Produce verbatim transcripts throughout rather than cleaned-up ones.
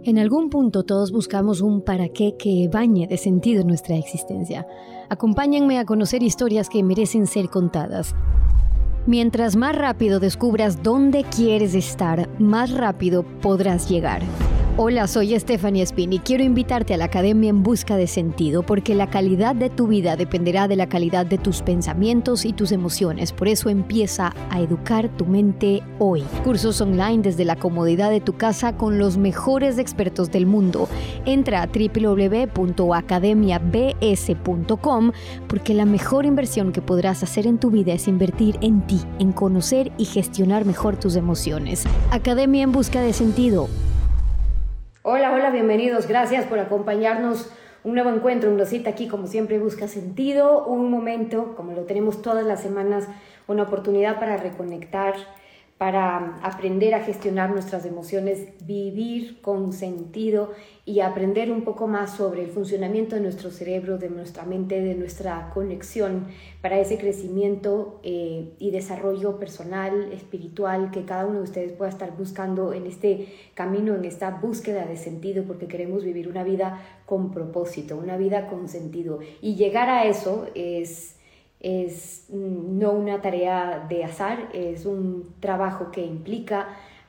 En algún punto todos buscamos un para qué que bañe de sentido nuestra existencia. Acompáñenme a conocer historias que merecen ser contadas. Mientras más rápido descubras dónde quieres estar, más rápido podrás llegar. Hola, soy Stephanie Spin y quiero invitarte a la Academia En Busca de Sentido porque la calidad de tu vida dependerá de la calidad de tus pensamientos y tus emociones. Por eso empieza a educar tu mente hoy. Cursos online desde la comodidad de tu casa con los mejores expertos del mundo. Entra a doble u doble u doble u punto academia b s punto com porque la mejor inversión que podrás hacer en tu vida es invertir en ti, en conocer y gestionar mejor tus emociones. Academia En Busca de Sentido. Hola, hola, bienvenidos. Gracias por acompañarnos. Un nuevo encuentro, una cita aquí, como siempre, busca sentido. Un momento, como lo tenemos todas las semanas, una oportunidad para reconectar, para aprender a gestionar nuestras emociones, vivir con sentido y aprender un poco más sobre el funcionamiento de nuestro cerebro, de nuestra mente, de nuestra conexión para ese crecimiento eh, y desarrollo personal, espiritual, que cada uno de ustedes pueda estar buscando en este camino, en esta búsqueda de sentido, porque queremos vivir una vida con propósito, una vida con sentido. Y llegar a eso es... es no una tarea de azar, es un trabajo que implica,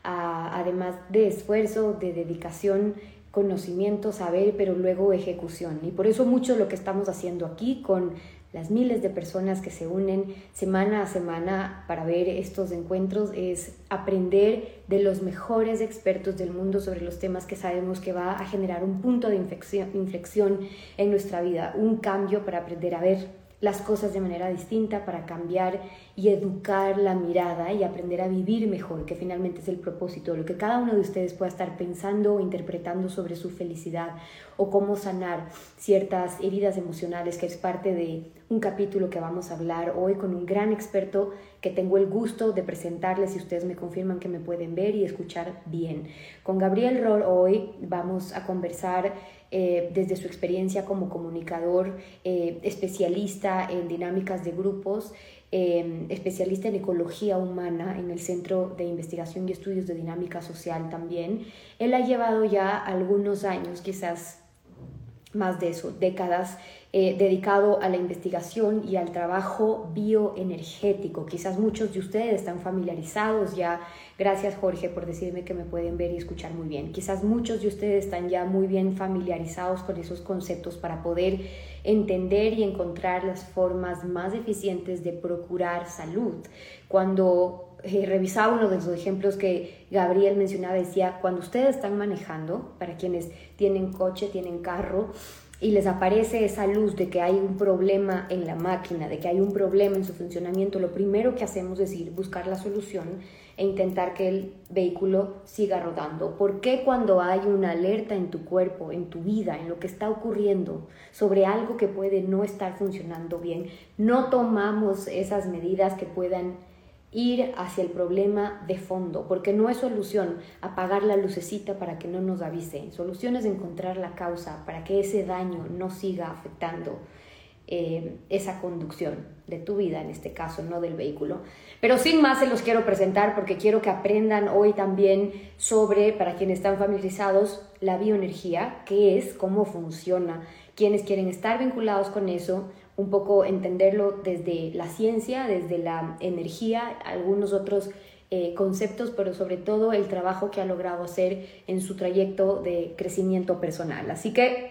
a, además de esfuerzo, de dedicación, conocimiento, saber, pero luego ejecución. Y por eso mucho lo que estamos haciendo aquí con las miles de personas que se unen semana a semana para ver estos encuentros es aprender de los mejores expertos del mundo sobre los temas que sabemos que va a generar un punto de inflexión, inflexión en nuestra vida, un cambio para aprender a ver las cosas de manera distinta, para cambiar y educar la mirada y aprender a vivir mejor, que finalmente es el propósito, lo que cada uno de ustedes pueda estar pensando o interpretando sobre su felicidad o cómo sanar ciertas heridas emocionales, que es parte de un capítulo que vamos a hablar hoy con un gran experto que tengo el gusto de presentarles, si ustedes me confirman que me pueden ver y escuchar bien. Con Gabriel Rohr hoy vamos a conversar eh, desde su experiencia como comunicador, eh, especialista en dinámicas de grupos, eh, especialista en ecología humana en el Centro de Investigación y Estudios de Dinámica Social también. Él ha llevado ya algunos años, quizás más de eso, décadas, eh, dedicado a la investigación y al trabajo bioenergético. Quizás muchos de ustedes están familiarizados ya. Gracias, Jorge, por decirme que me pueden ver y escuchar muy bien. Quizás muchos de ustedes están ya muy bien familiarizados con esos conceptos para poder entender y encontrar las formas más eficientes de procurar salud. Cuando eh, revisaba uno de los ejemplos que Gabriel mencionaba, decía, cuando ustedes están manejando, para quienes tienen coche, tienen carro, y les aparece esa luz de que hay un problema en la máquina, de que hay un problema en su funcionamiento, lo primero que hacemos es ir buscar la solución e intentar que el vehículo siga rodando. ¿Por qué cuando hay una alerta en tu cuerpo, en tu vida, en lo que está ocurriendo sobre algo que puede no estar funcionando bien, no tomamos esas medidas que puedan ir hacia el problema de fondo? Porque no es solución apagar la lucecita para que no nos avise. Solución es encontrar la causa para que ese daño no siga afectando eh, esa conducción de tu vida, en este caso, no del vehículo. Pero sin más se los quiero presentar porque quiero que aprendan hoy también sobre, para quienes están familiarizados, la bioenergía, qué es, cómo funciona, quienes quieren estar vinculados con eso, un poco entenderlo desde la ciencia, desde la energía, algunos otros eh, conceptos, pero sobre todo el trabajo que ha logrado hacer en su trayecto de crecimiento personal. Así que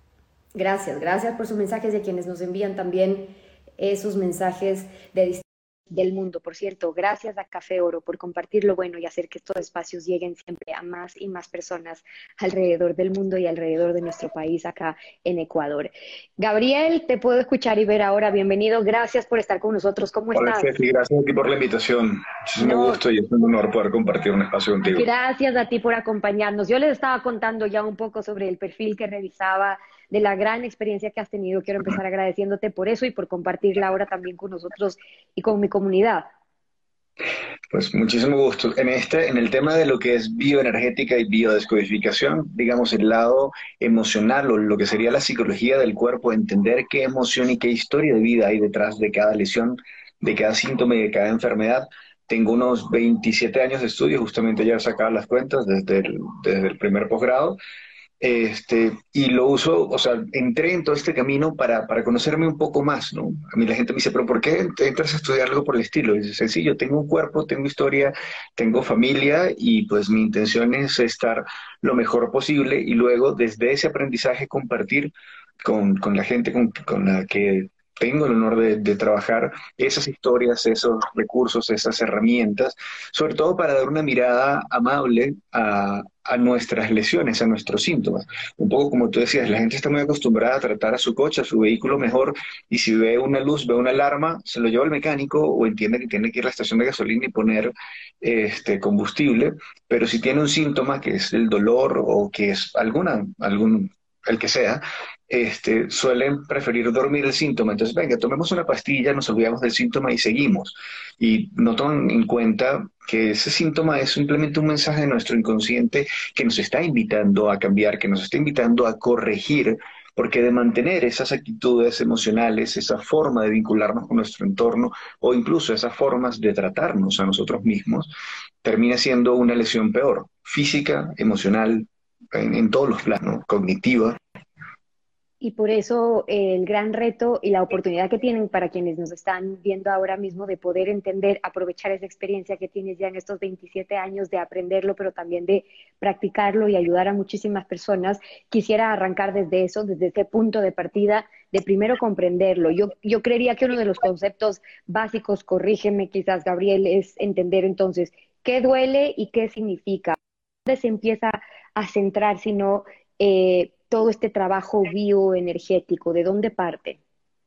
gracias, gracias por sus mensajes y a quienes nos envían también esos mensajes de del mundo. Por cierto, gracias a Café Oro por compartir lo bueno y hacer que estos espacios lleguen siempre a más y más personas alrededor del mundo y alrededor de nuestro país acá en Ecuador. Gabriel, te puedo escuchar y ver ahora. Bienvenido, gracias por estar con nosotros. ¿Cómo Hola, estás? Steffi, gracias a ti por la invitación. Muchísimo no, gusto y es un honor poder compartir un espacio contigo. Gracias a ti por acompañarnos. Yo les estaba contando ya un poco sobre el perfil que revisaba, de la gran experiencia que has tenido. Quiero empezar agradeciéndote por eso y por compartirla ahora también con nosotros y con mi comunidad. Pues muchísimo gusto. En este, en el tema de lo que es bioenergética y biodescodificación, digamos el lado emocional o lo que sería la psicología del cuerpo, entender qué emoción y qué historia de vida hay detrás de cada lesión, de cada síntoma y de cada enfermedad, Tengo unos veintisiete años de estudio, justamente ya sacaba las cuentas desde el, desde el primer posgrado. Este, y lo uso, o sea, entré en todo este camino para, para conocerme un poco más, ¿no? A mí la gente me dice, pero ¿por qué entras a estudiar algo por el estilo? Y es sencillo, tengo un cuerpo, tengo historia, tengo familia y pues mi intención es estar lo mejor posible y luego desde ese aprendizaje compartir con, con la gente con, con la que tengo el honor de, de trabajar esas historias, esos recursos, esas herramientas, sobre todo para dar una mirada amable a, a nuestras lesiones, a nuestros síntomas. Un poco como tú decías, la gente está muy acostumbrada a tratar a su coche, a su vehículo mejor, y si ve una luz, ve una alarma, se lo lleva al mecánico o entiende que tiene que ir a la estación de gasolina y poner este combustible, pero si tiene un síntoma que es el dolor o que es alguna, algún, el que sea, este, suelen preferir dormir el síntoma. Entonces, venga, tomemos una pastilla, nos olvidamos del síntoma y seguimos. Y no toman en cuenta que ese síntoma es simplemente un mensaje de nuestro inconsciente que nos está invitando a cambiar, que nos está invitando a corregir, porque de mantener esas actitudes emocionales, esa forma de vincularnos con nuestro entorno o incluso esas formas de tratarnos a nosotros mismos, termina siendo una lesión peor, física, emocional, en, en todos los planos, cognitiva. Y por eso eh, el gran reto y la oportunidad que tienen para quienes nos están viendo ahora mismo de poder entender, aprovechar esa experiencia que tienes ya en estos veintisiete años de aprenderlo, pero también de practicarlo y ayudar a muchísimas personas. Quisiera arrancar desde eso, desde ese punto de partida, de primero comprenderlo. Yo, yo creería que uno de los conceptos básicos, corrígeme quizás Gabriel, es entender entonces qué duele y qué significa. ¿Dónde se empieza a centrar, sino eh, todo este trabajo bioenergético? ¿De dónde parte?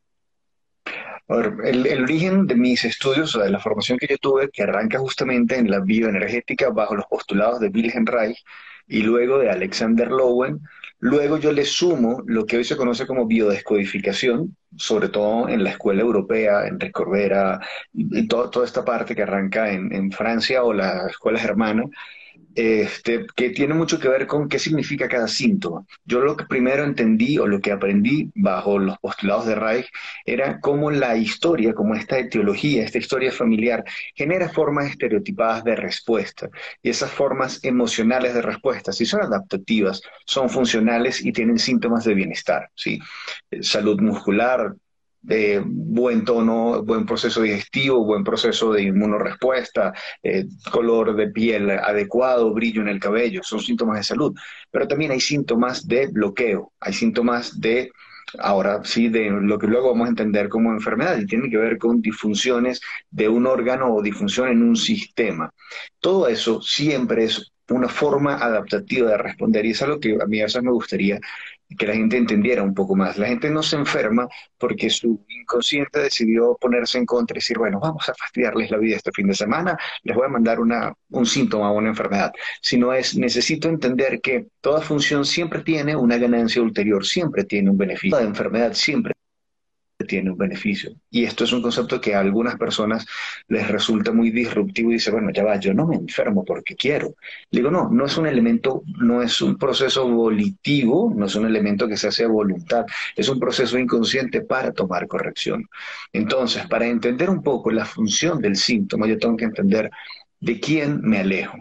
A ver, el, el origen de mis estudios, o de la formación que yo tuve, que arranca justamente en la bioenergética bajo los postulados de Wilhelm Reich y luego de Alexander Lowen, luego yo le sumo lo que hoy se conoce como biodescodificación, sobre todo en la escuela europea, Enrique Corbera, y, y to- toda esta parte que arranca en, en Francia o las escuelas hermanas, este, que tiene mucho que ver con qué significa cada síntoma. Yo lo que primero entendí o lo que aprendí bajo los postulados de Reich era cómo la historia, cómo esta etiología, esta historia familiar, genera formas estereotipadas de respuesta. Y esas formas emocionales de respuesta, si son adaptativas, son funcionales y tienen síntomas de bienestar, ¿sí? Eh, Salud muscular, eh, buen tono, buen proceso digestivo, buen proceso de inmunorespuesta, eh, color de piel adecuado, brillo en el cabello, son síntomas de salud. Pero también hay síntomas de bloqueo, hay síntomas de, ahora sí, de lo que luego vamos a entender como enfermedad, y tiene que ver con disfunciones de un órgano o disfunción en un sistema. Todo eso siempre es una forma adaptativa de responder, y es algo que a mí a veces me gustaría que la gente entendiera un poco más. La gente no se enferma porque su inconsciente decidió ponerse en contra y decir, bueno, vamos a fastidiarles la vida este fin de semana, les voy a mandar una, un síntoma o una enfermedad. Sino es, necesito entender que toda función siempre tiene una ganancia ulterior, siempre tiene un beneficio. Toda enfermedad siempre tiene un beneficio. Y esto es un concepto que a algunas personas les resulta muy disruptivo y dice, bueno, ya va, yo no me enfermo porque quiero. Le digo, no, no es un elemento, no es un proceso volitivo, no es un elemento que se hace a voluntad, es un proceso inconsciente para tomar corrección. Entonces, para entender un poco la función del síntoma, yo tengo que entender de quién me alejo,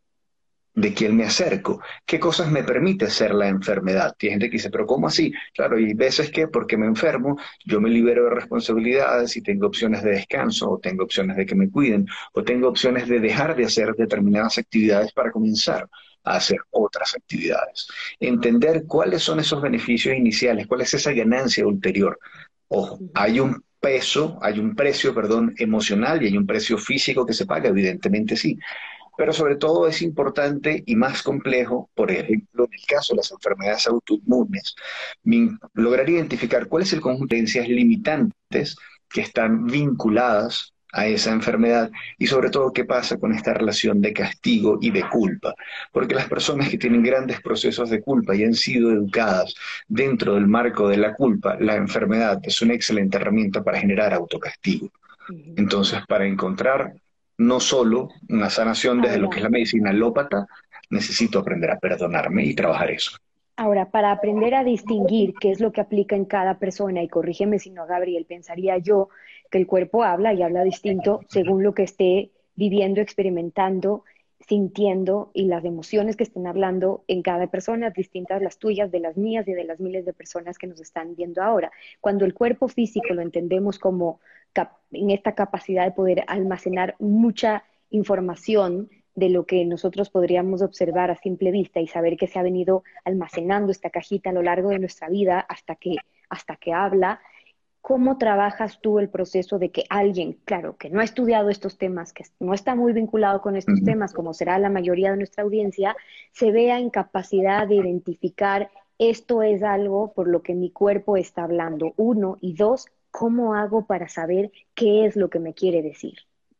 de quién me acerco, qué cosas me permite ser la enfermedad. Hay gente que dice, pero ¿cómo así? Claro, y veces que porque me enfermo, yo me libero de responsabilidades y tengo opciones de descanso, o tengo opciones de que me cuiden, o tengo opciones de dejar de hacer determinadas actividades para comenzar a hacer otras actividades. Entender cuáles son esos beneficios iniciales, cuál es esa ganancia ulterior. Ojo, hay un peso, hay un precio, perdón, emocional y hay un precio físico que se paga, evidentemente sí, pero sobre todo es importante y más complejo, por ejemplo, en el caso de las enfermedades autoinmunes, min- lograr identificar cuál es el conjunto de creencias limitantes que están vinculadas a esa enfermedad y sobre todo qué pasa con esta relación de castigo y de culpa. Porque las personas que tienen grandes procesos de culpa y han sido educadas dentro del marco de la culpa, la enfermedad es una excelente herramienta para generar autocastigo. Ujú. Entonces, para encontrar no solo una sanación desde lo que Ahora, es la medicina alópata, necesito aprender a perdonarme y trabajar eso. ahora, para aprender a distinguir qué es lo que aplica en cada persona, y corrígeme si no, Gabriel, pensaría yo que el cuerpo habla y habla distinto según lo que esté viviendo, experimentando, sintiendo, y las emociones que estén hablando en cada persona, distintas las tuyas, de las mías y de las miles de personas que nos están viendo ahora. Cuando el cuerpo físico lo entendemos como cap en esta capacidad de poder almacenar mucha información de lo que nosotros podríamos observar a simple vista y saber que se ha venido almacenando esta cajita a lo largo de nuestra vida hasta que, hasta que habla. ¿Cómo trabajas tú el proceso de que alguien, claro, que no ha estudiado estos temas, que no está muy vinculado con estos Ujú. temas, como será la mayoría de nuestra audiencia, se vea en capacidad de identificar esto es algo por lo que mi cuerpo está hablando? Uno, y dos, ¿cómo hago para saber qué es lo que me quiere decir?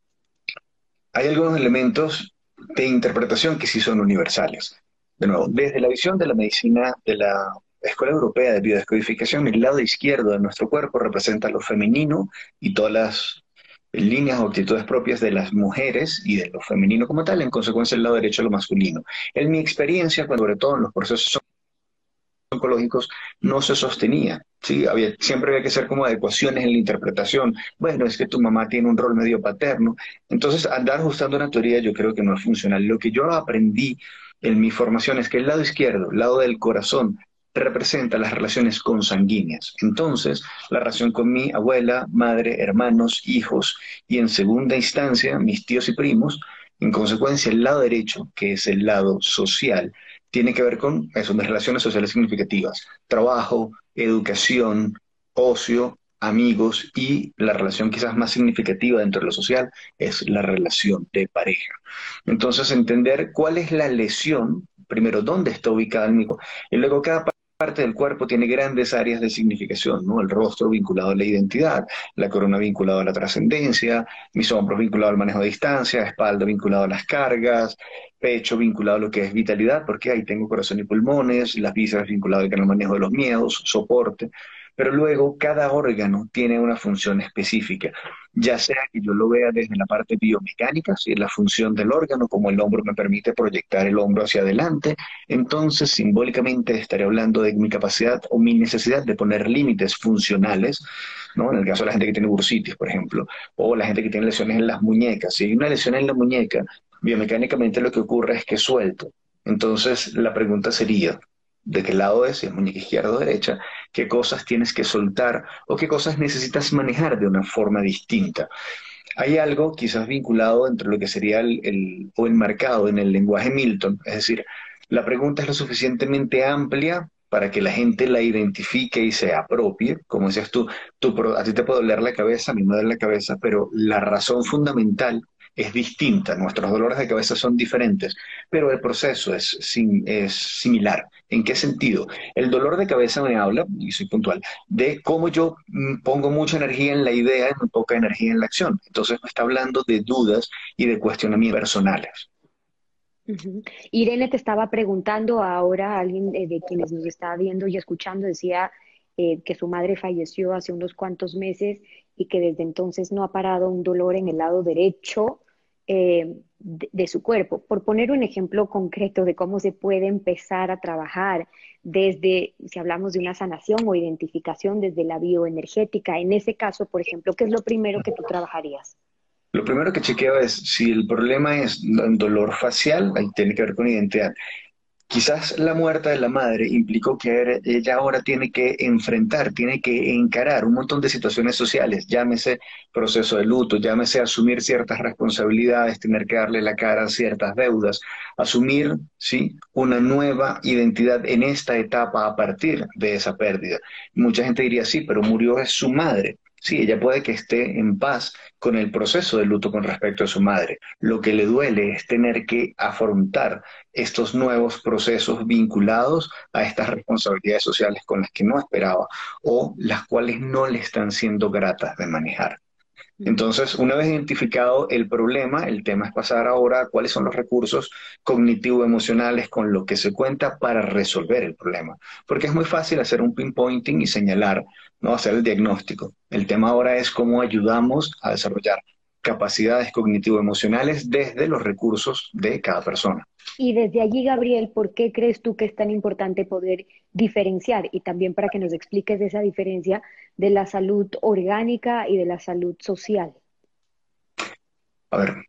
Hay algunos elementos de interpretación que sí son universales. De nuevo, desde la visión de la medicina de la Escuela Europea de Biodescodificación, el lado izquierdo de nuestro cuerpo representa lo femenino y todas las líneas o actitudes propias de las mujeres y de lo femenino como tal, en consecuencia el lado derecho lo masculino. En mi experiencia, cuando sobre todo en los procesos oncológicos, no se sostenía. ¿Sí? Había, siempre había que hacer como adecuaciones en la interpretación. Bueno, es que tu mamá tiene un rol medio paterno. Entonces, andar ajustando una teoría yo creo que no es funcional. Lo que yo aprendí en mi formación es que el lado izquierdo, el lado del corazón, representa las relaciones consanguíneas. Entonces, la relación con mi abuela, madre, hermanos, hijos y en segunda instancia mis tíos y primos. En consecuencia, el lado derecho, que es el lado social, tiene que ver con eso, de relaciones sociales significativas, trabajo, educación, ocio, amigos y la relación quizás más significativa dentro de lo social es la relación de pareja. Entonces, entender cuál es la lesión, primero, dónde está ubicada el micro, y luego cada parte del cuerpo tiene grandes áreas de significación, ¿no? El rostro vinculado a la identidad, la corona vinculada a la trascendencia, mis hombros vinculados al manejo de distancia, espalda vinculado a las cargas, pecho vinculado a lo que es vitalidad, porque ahí tengo corazón y pulmones, las vísceras vinculadas al manejo de los miedos, soporte, pero luego cada órgano tiene una función específica, ya sea que yo lo vea desde la parte biomecánica, si es la función del órgano, como el hombro me permite proyectar el hombro hacia adelante, entonces simbólicamente estaré hablando de mi capacidad o mi necesidad de poner límites funcionales, ¿no? En el caso de la gente que tiene bursitis, por ejemplo, o la gente que tiene lesiones en las muñecas. Si hay una lesión en la muñeca, biomecánicamente lo que ocurre es que suelto. Entonces, la pregunta sería, ¿de qué lado es? Si es muñeca izquierda o derecha, ¿qué cosas tienes que soltar o qué cosas necesitas manejar de una forma distinta? Hay algo quizás vinculado entre lo que sería el, el- o enmarcado en el lenguaje Milton, es decir, la pregunta es lo suficientemente amplia para que la gente la identifique y se apropie. Como decías tú, tú pro- a ti te puede doler la cabeza, a mí me duele la cabeza, pero la razón fundamental es distinta. Nuestros dolores de cabeza son diferentes, pero el proceso es, sim- es similar. ¿En qué sentido? El dolor de cabeza me habla, y soy puntual, de cómo yo mm, pongo mucha energía en la idea y muy poca energía en la acción. Entonces me está hablando de dudas y de cuestionamientos personales. Ujú. Irene te estaba preguntando ahora, alguien de, de quienes nos está viendo y escuchando decía eh, que su madre falleció hace unos cuantos meses y que desde entonces no ha parado un dolor en el lado derecho eh, de, de su cuerpo. Por poner un ejemplo concreto de cómo se puede empezar a trabajar desde, si hablamos de una sanación o identificación desde la bioenergética, en ese caso, por ejemplo, ¿qué es lo primero que tú trabajarías? Lo primero que chequeo es si el problema es un dolor facial, ahí tiene que ver con identidad. Quizás la muerte de la madre implicó que er- ella ahora tiene que enfrentar, tiene que encarar un montón de situaciones sociales, llámese proceso de luto, llámese asumir ciertas responsabilidades, tener que darle la cara a ciertas deudas, asumir, ¿sí? Una nueva identidad en esta etapa a partir de esa pérdida. Mucha gente diría, sí, pero murió es su madre. Sí, ella puede que esté en paz con el proceso de luto con respecto a su madre. Lo que le duele es tener que afrontar estos nuevos procesos vinculados a estas responsabilidades sociales con las que no esperaba o las cuales no le están siendo gratas de manejar. Entonces, una vez identificado el problema, el tema es pasar ahora a cuáles son los recursos cognitivo-emocionales con los que se cuenta para resolver el problema. Porque es muy fácil hacer un pinpointing y señalar, no hacer el diagnóstico. El tema ahora es cómo ayudamos a desarrollar capacidades cognitivo-emocionales desde los recursos de cada persona. Y desde allí, Gabriel, ¿por qué crees tú que es tan importante poder diferenciar? Y también para que nos expliques esa diferencia de la salud orgánica y de la salud social. A ver,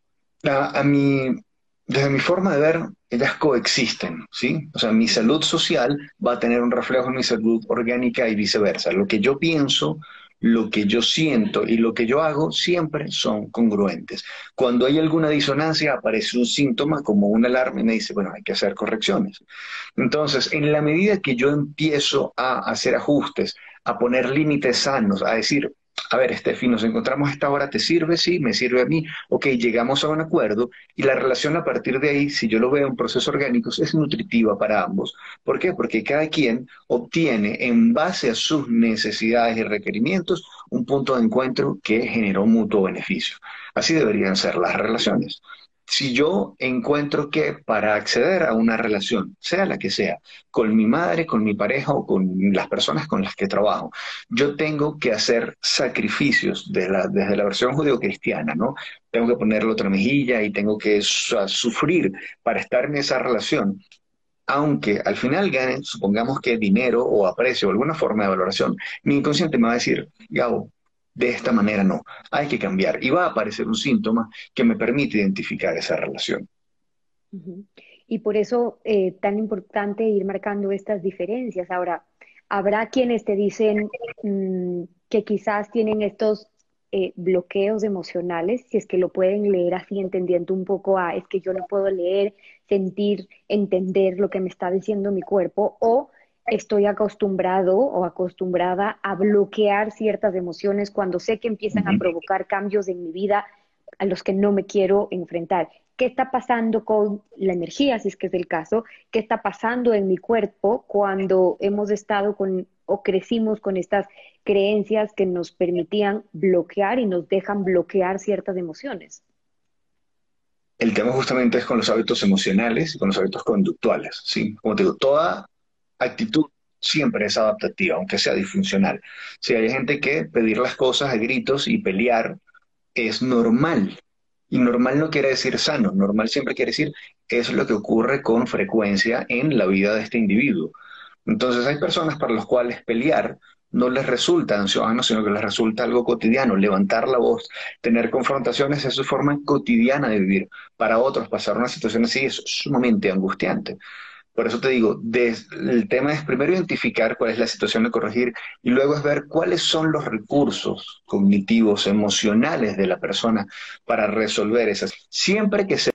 A, a mi, desde mi forma de ver, ellas coexisten, ¿sí? O sea, mi salud social va a tener un reflejo en mi salud orgánica y viceversa. Lo que yo pienso, lo que yo siento y lo que yo hago siempre son congruentes. Cuando hay alguna disonancia, aparece un síntoma como una alarma y me dice, bueno, hay que hacer correcciones. Entonces, en la medida que yo empiezo a hacer ajustes, a poner límites sanos, a decir, a ver, Estefi, nos encontramos a esta hora, ¿te sirve? Sí, me sirve a mí. Ok, llegamos a un acuerdo y la relación a partir de ahí, si yo lo veo en procesos orgánicos, es nutritiva para ambos. ¿Por qué? Porque cada quien obtiene en base a sus necesidades y requerimientos un punto de encuentro que generó mutuo beneficio. Así deberían ser las relaciones. Si yo encuentro que para acceder a una relación, sea la que sea, con mi madre, con mi pareja o con las personas con las que trabajo, yo tengo que hacer sacrificios de la- desde la versión judeocristiana, ¿no? Tengo que ponerle otra mejilla y tengo que su- sufrir para estar en esa relación. Aunque al final gane, supongamos que dinero o aprecio o alguna forma de valoración, mi inconsciente me va a decir, Gabo, de esta manera no, hay que cambiar. Y va a aparecer un síntoma que me permite identificar esa relación. Ujú. Y por eso eh, tan importante ir marcando estas diferencias. Ahora, habrá quienes te dicen mm, que quizás tienen estos eh, bloqueos emocionales, si es que lo pueden leer así, entendiendo un poco a, es que yo no puedo leer, sentir, entender lo que me está diciendo mi cuerpo, o estoy acostumbrado o acostumbrada a bloquear ciertas emociones cuando sé que empiezan a Ujú. provocar cambios en mi vida a los que no me quiero enfrentar. ¿Qué está pasando con la energía, si es que es el caso? ¿Qué está pasando en mi cuerpo cuando hemos estado con o crecimos con estas creencias que nos permitían bloquear y nos dejan bloquear ciertas emociones? El tema justamente es con los hábitos emocionales y con los hábitos conductuales, ¿sí? Como te digo, toda actitud siempre es adaptativa, aunque sea disfuncional. Si hay gente que pedir las cosas a gritos y pelear es normal. Y normal no quiere decir sano, normal siempre quiere decir es lo que ocurre con frecuencia en la vida de este individuo. Entonces hay personas para las cuales pelear no les resulta ansiogeno, sino que les resulta algo cotidiano, levantar la voz, tener confrontaciones es su forma cotidiana de vivir. Para otros pasar una situación así es sumamente angustiante. Por eso te digo, des- el tema es primero identificar cuál es la situación a corregir y luego es ver cuáles son los recursos cognitivos, emocionales de la persona para resolver esas. Siempre que se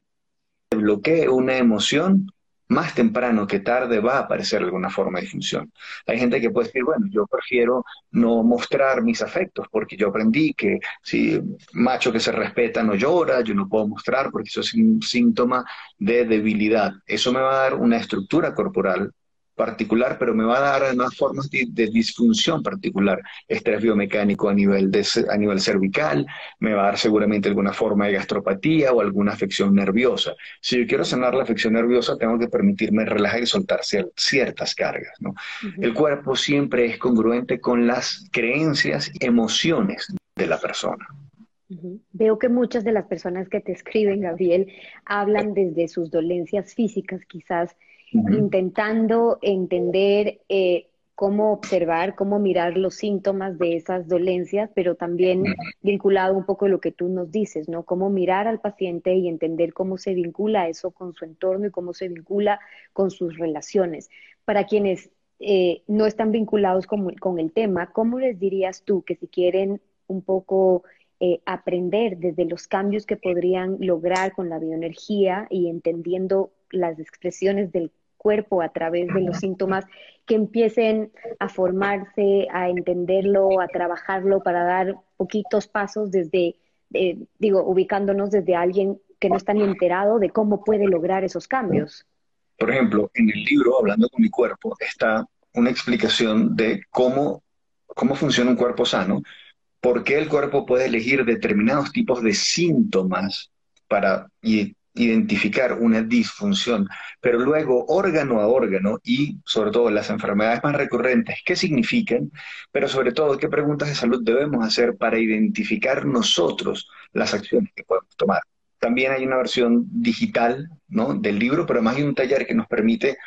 bloquee una emoción, más temprano que tarde va a aparecer alguna forma de disfunción. Hay gente que puede decir, bueno, yo prefiero no mostrar mis afectos porque yo aprendí que si macho que se respeta no llora, yo no puedo mostrar porque eso es un síntoma de debilidad. Eso me va a dar una estructura corporal particular, pero me va a dar además formas de, de disfunción particular, estrés biomecánico a nivel, de, a nivel cervical, me va a dar seguramente alguna forma de gastropatía o alguna afección nerviosa. Si yo quiero sanar la afección nerviosa, tengo que permitirme relajar y soltar cier- ciertas cargas, ¿no? Ujú. El cuerpo siempre es congruente con las creencias y emociones de la persona. Ujú. Veo que muchas de las personas que te escriben, Gabriel, hablan desde sus dolencias físicas, quizás Ujú. intentando entender eh, cómo observar, cómo mirar los síntomas de esas dolencias, pero también vinculado un poco a lo que tú nos dices, ¿no? Cómo mirar al paciente y entender cómo se vincula eso con su entorno y cómo se vincula con sus relaciones. Para quienes eh, no están vinculados con, con el tema, ¿cómo les dirías tú que si quieren un poco eh, aprender desde los cambios que podrían lograr con la bioenergía y entendiendo las expresiones del cuerpo a través de los síntomas, que empiecen a formarse, a entenderlo, a trabajarlo para dar poquitos pasos desde, eh, digo, ubicándonos desde alguien que no está ni enterado de cómo puede lograr esos cambios? Por ejemplo, en el libro, Hablando con mi cuerpo, está una explicación de cómo, cómo funciona un cuerpo sano, por qué el cuerpo puede elegir determinados tipos de síntomas para i- identificar una disfunción, pero luego órgano a órgano y sobre todo las enfermedades más recurrentes, qué significan, pero sobre todo qué preguntas de salud debemos hacer para identificar nosotros las acciones que podemos tomar. También hay una versión digital, ¿no?, del libro, pero además hay un taller que nos permite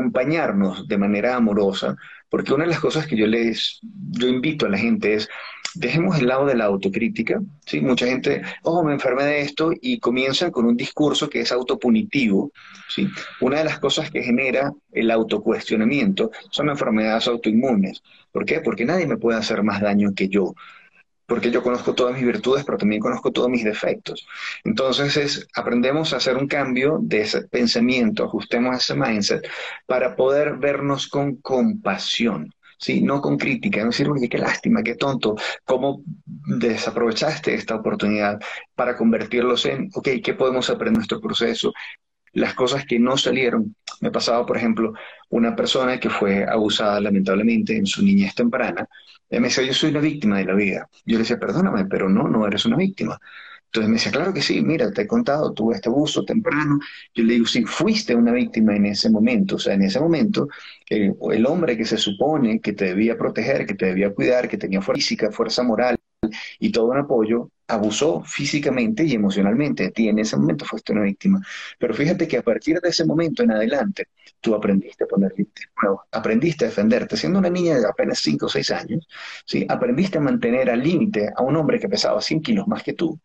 acompañarnos de manera amorosa, porque una de las cosas que yo les, yo invito a la gente es dejemos el lado de la autocrítica, ¿sí? Mucha gente, oh, me enfermé de esto y comienzan con un discurso que es autopunitivo, ¿sí? Una de las cosas que genera el autocuestionamiento son enfermedades autoinmunes. ¿Por qué? Porque nadie me puede hacer más daño que yo. Porque yo conozco todas mis virtudes, pero también conozco todos mis defectos. Entonces es, aprendemos a hacer un cambio de ese pensamiento, ajustemos ese mindset para poder vernos con compasión. Sí, no con crítica, no decir, oye, qué lástima, qué tonto, cómo desaprovechaste esta oportunidad para convertirlos en, ok, ¿qué podemos aprender en nuestro proceso? Las cosas que no salieron. Me pasaba, por ejemplo, una persona que fue abusada lamentablemente en su niñez temprana. Ella me decía, yo soy una víctima de la vida. Yo le decía, perdóname, pero no, no eres una víctima. Entonces me decía, claro que sí, mira, te he contado, tuve este abuso temprano. Yo le digo, sí, fuiste una víctima en ese momento. O sea, en ese momento, eh, el hombre que se supone que te debía proteger, que te debía cuidar, que tenía fuerza física, fuerza moral, y todo un apoyo, abusó físicamente y emocionalmente de ti. En ese momento fuiste una víctima. Pero fíjate que a partir de ese momento en adelante, tú aprendiste a poner límites, bueno, aprendiste a defenderte. Siendo una niña de apenas cinco o seis años, ¿sí? Aprendiste a mantener al límite a un hombre que pesaba cien kilos más que tú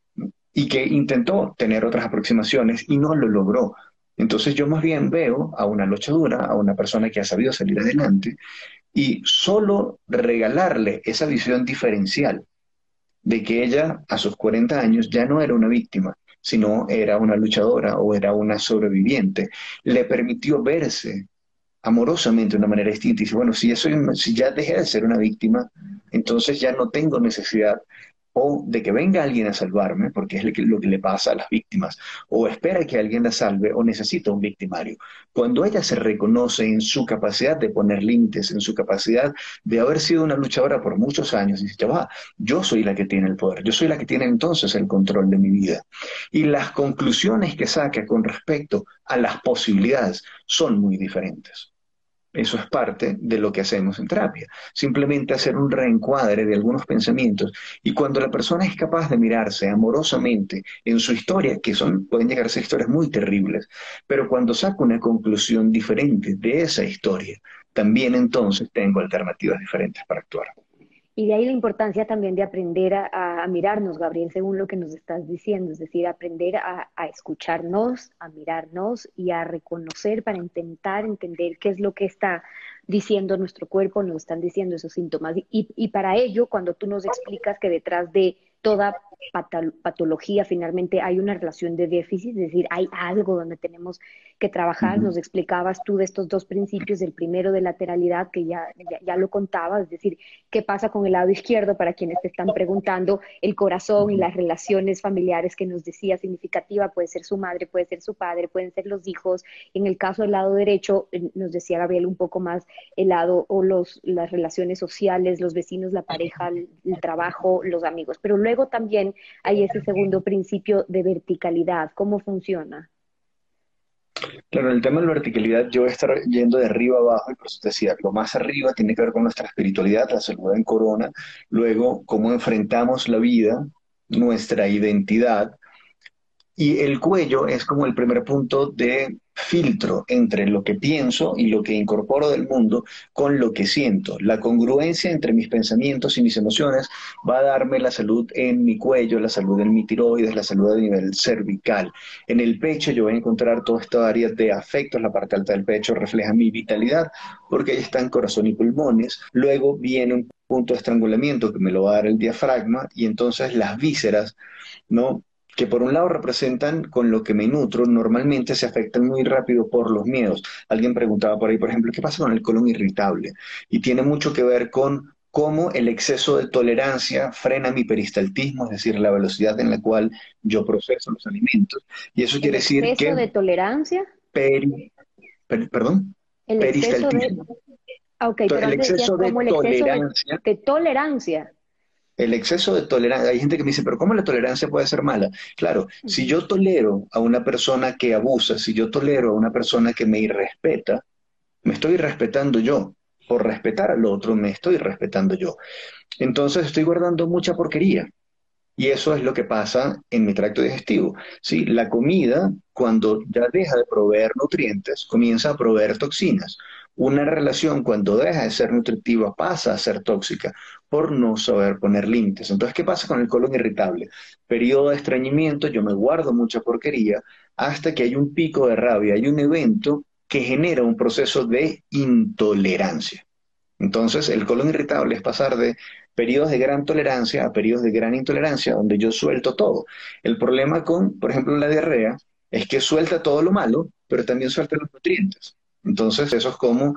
y que intentó tener otras aproximaciones y no lo logró. Entonces yo más bien veo a una luchadora, a una persona que ha sabido salir adelante y solo regalarle esa visión diferencial de que ella a sus cuarenta años ya no era una víctima, sino era una luchadora o era una sobreviviente. Le permitió verse amorosamente de una manera distinta. Y dice, bueno, si ya, soy, si ya dejé de ser una víctima, entonces ya no tengo necesidad o de que venga alguien a salvarme, porque es lo que, lo que le pasa a las víctimas, o espera que alguien la salve, o necesita un victimario. Cuando ella se reconoce en su capacidad de poner límites, en su capacidad de haber sido una luchadora por muchos años, y dice, va, yo soy la que tiene el poder, yo soy la que tiene entonces el control de mi vida. Y las conclusiones que saca con respecto a las posibilidades son muy diferentes. Eso es parte de lo que hacemos en terapia. Simplemente hacer un reencuadre de algunos pensamientos. Y cuando la persona es capaz de mirarse amorosamente en su historia, que son, pueden llegar a ser historias muy terribles, pero cuando saco una conclusión diferente de esa historia, también entonces tengo alternativas diferentes para actuar. Y de ahí la importancia también de aprender a, a- a mirarnos, Gabriel, según lo que nos estás diciendo, es decir, aprender a, a escucharnos, a mirarnos y a reconocer para intentar entender qué es lo que está diciendo nuestro cuerpo, nos están diciendo esos síntomas. Y, y para ello, cuando tú nos explicas que detrás de toda patal- patología finalmente hay una relación de déficit, es decir, hay algo donde tenemos que trabajar, Ujú. nos explicabas tú de estos dos principios, el primero de lateralidad, que ya, ya, ya lo contabas, es decir, qué pasa con el lado izquierdo para quienes te están preguntando, el corazón y Ujú. las relaciones familiares que nos decía significativa, puede ser su madre, puede ser su padre, pueden ser los hijos. En el caso del lado derecho, eh, nos decía Gabriel un poco más el lado o los, las relaciones sociales, los vecinos, la pareja, el, el trabajo, los amigos. Pero luego también hay ese segundo principio de verticalidad. ¿Cómo funciona? Claro, en el tema de la verticalidad, yo voy a estar yendo de arriba a abajo, y por eso te decía, lo más arriba tiene que ver con nuestra espiritualidad, la salud en corona, luego cómo enfrentamos la vida, nuestra identidad, y el cuello es como el primer punto de filtro entre lo que pienso y lo que incorporo del mundo con lo que siento. La congruencia entre mis pensamientos y mis emociones va a darme la salud en mi cuello, la salud en mi tiroides, la salud a nivel cervical. En el pecho yo voy a encontrar toda esta área de afectos, la parte alta del pecho refleja mi vitalidad porque ahí están corazón y pulmones. Luego viene un punto de estrangulamiento que me lo va a dar el diafragma y entonces las vísceras, ¿no? Que por un lado representan con lo que me nutro, normalmente se afectan muy rápido por los miedos. Alguien preguntaba por ahí, por ejemplo, ¿qué pasa con el colon irritable? Y tiene mucho que ver con cómo el exceso de tolerancia frena mi peristaltismo, es decir, la velocidad en la cual yo proceso los alimentos. Y eso El quiere decir exceso que, de tolerancia, peri- per- perdón, el exceso de... peristaltismo. Ah, ok, To- pero El antes decías exceso de como el exceso de, tolerancia. de tolerancia. El exceso de tolerancia, hay gente que me dice, pero ¿cómo la tolerancia puede ser mala? Claro, si Ujú. yo tolero a una persona que abusa, si yo tolero a una persona que me irrespeta, me estoy respetando yo. Por respetar al otro, me estoy respetando yo. Entonces estoy guardando mucha porquería. Y eso es lo que pasa en mi tracto digestivo. ¿Sí? La comida, cuando ya deja de proveer nutrientes, comienza a proveer toxinas. Una relación cuando deja de ser nutritiva pasa a ser tóxica por no saber poner límites. Entonces, ¿qué pasa con el colon irritable? Periodo de estreñimiento, yo me guardo mucha porquería hasta que hay un pico de rabia, hay un evento que genera un proceso de intolerancia. Entonces, el colon irritable es pasar de periodos de gran tolerancia a periodos de gran intolerancia, donde yo suelto todo. El problema con, por ejemplo, la diarrea, es que suelta todo lo malo, pero también suelta los nutrientes. Entonces, eso es como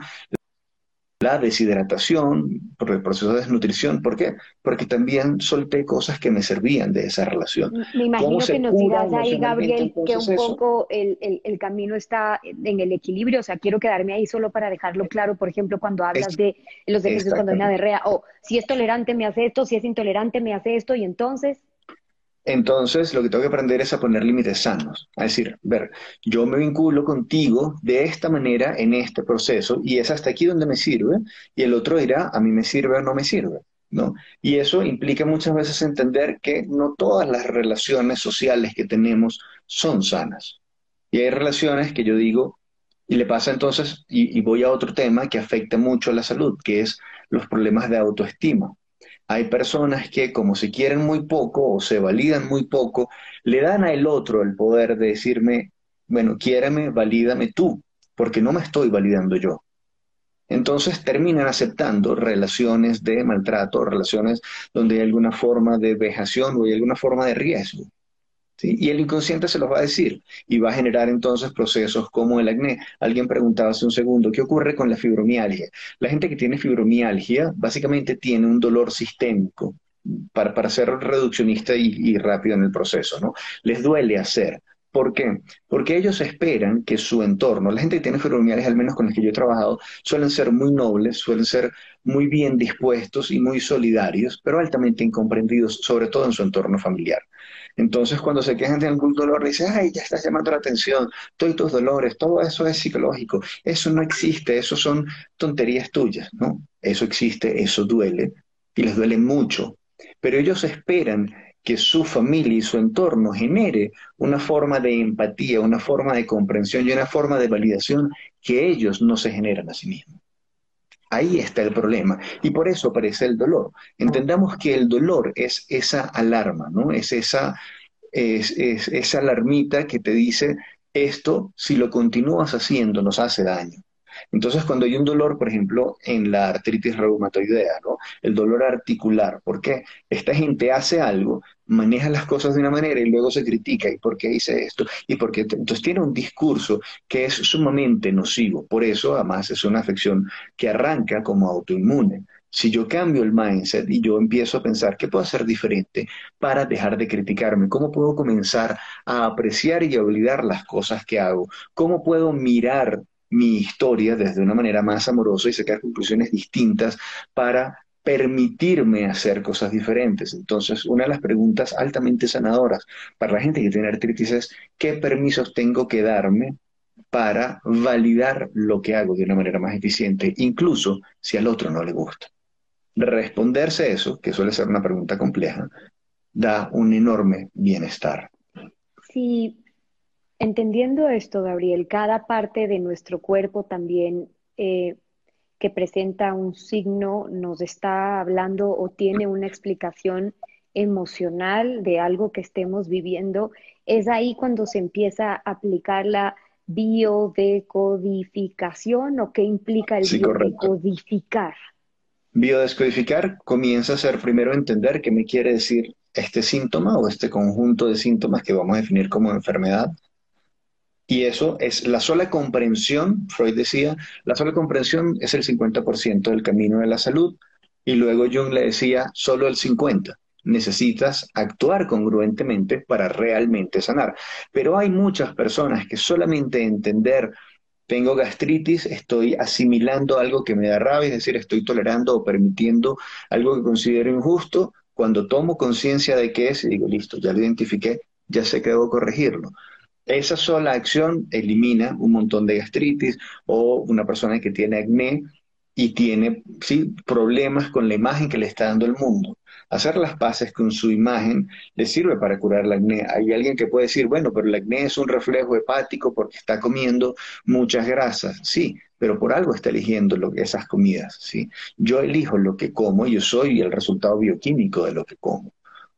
la deshidratación, por el proceso de desnutrición. ¿Por qué? Porque también solté cosas que me servían de esa relación. Me ¿Cómo imagino que se nos cura dirás ahí, emocionalmente Gabriel, que entonces un eso? poco el, el, el camino está en el equilibrio. O sea, quiero quedarme ahí solo para dejarlo claro. Por ejemplo, cuando Es hablas de los ejercicios cuando hay una exactamente. diarrea, o si es tolerante me hace esto, si es intolerante me hace esto, y entonces, Entonces, lo que tengo que aprender es a poner límites sanos. Es decir, ver, yo me vinculo contigo de esta manera en este proceso y es hasta aquí donde me sirve y el otro dirá, a mí me sirve o no me sirve, ¿no? Y eso implica muchas veces entender que no todas las relaciones sociales que tenemos son sanas. Y hay relaciones que yo digo, y le pasa entonces, y, y voy a otro tema que afecta mucho a la salud, que es los problemas de autoestima. Hay personas que como se quieren muy poco o se validan muy poco, le dan a el otro el poder de decirme, bueno, quiéreme, valídame tú, porque no me estoy validando yo. Entonces terminan aceptando relaciones de maltrato, relaciones donde hay alguna forma de vejación o hay alguna forma de riesgo. ¿Sí? Y el inconsciente se los va a decir y va a generar entonces procesos como el acné. Alguien preguntaba hace un segundo, ¿qué ocurre con la fibromialgia? La gente que tiene fibromialgia básicamente tiene un dolor sistémico, para, para ser reduccionista y, y rápido en el proceso, ¿no? Les duele hacer. ¿Por qué? Porque ellos esperan que su entorno, la gente que tiene fibromialgia, al menos con los que yo he trabajado, suelen ser muy nobles, suelen ser muy bien dispuestos y muy solidarios, pero altamente incomprendidos, sobre todo en su entorno familiar. Entonces, cuando se quejan de algún dolor, dicen, ay, ya estás llamando la atención, todos tus dolores, todo eso es psicológico, eso no existe, eso son tonterías tuyas, ¿no? Eso existe, eso duele, y les duele mucho, pero ellos esperan que su familia y su entorno genere una forma de empatía, una forma de comprensión y una forma de validación que ellos no se generan a sí mismos. Ahí está el problema y por eso aparece el dolor. Entendamos que el dolor es esa alarma, ¿no? Es esa, es, es esa alarmita que te dice, esto, si lo continúas haciendo, nos hace daño. Entonces, cuando hay un dolor, por ejemplo, en la artritis reumatoidea, ¿no? El dolor articular, ¿por qué? Esta gente hace algo, maneja las cosas de una manera y luego se critica, ¿y por qué hice esto? ¿Y por qué? Entonces tiene un discurso que es sumamente nocivo. Por eso, además, es una afección que arranca como autoinmune. Si yo cambio el mindset y yo empiezo a pensar, ¿qué puedo hacer diferente para dejar de criticarme? ¿Cómo puedo comenzar a apreciar y a olvidar las cosas que hago? ¿Cómo puedo mirar mi historia desde una manera más amorosa y sacar conclusiones distintas para permitirme hacer cosas diferentes? Entonces, una de las preguntas altamente sanadoras para la gente que tiene artritis es, ¿qué permisos tengo que darme para validar lo que hago de una manera más eficiente, incluso si al otro no le gusta? Responderse eso, que suele ser una pregunta compleja, da un enorme bienestar. si entendiendo esto, Gabriel, cada parte de nuestro cuerpo también eh, que presenta un signo nos está hablando o tiene una explicación emocional de algo que estemos viviendo, es ahí cuando se empieza a aplicar la biodecodificación o qué implica el Sí, correcto. biodecodificar. Biodescodificar comienza a ser primero entender qué me quiere decir este síntoma o este conjunto de síntomas que vamos a definir como enfermedad. Y eso es la sola comprensión, Freud decía, la sola comprensión es el cincuenta por ciento del camino de la salud. Y luego Jung le decía, solo el cincuenta por ciento. Necesitas actuar congruentemente para realmente sanar. Pero hay muchas personas que solamente entender, tengo gastritis, estoy asimilando algo que me da rabia, es decir, estoy tolerando o permitiendo algo que considero injusto. Cuando tomo conciencia de qué es, y digo, listo, ya lo identifiqué, ya sé que debo corregirlo. Esa sola acción elimina un montón de gastritis o una persona que tiene acné y tiene, sí, problemas con la imagen que le está dando el mundo. Hacer las paces con su imagen le sirve para curar el acné. Hay alguien que puede decir, bueno, pero el acné es un reflejo hepático porque está comiendo muchas grasas. Sí, pero por algo está eligiendo lo, esas comidas, ¿sí? Yo elijo lo que como y yo soy el resultado bioquímico de lo que como.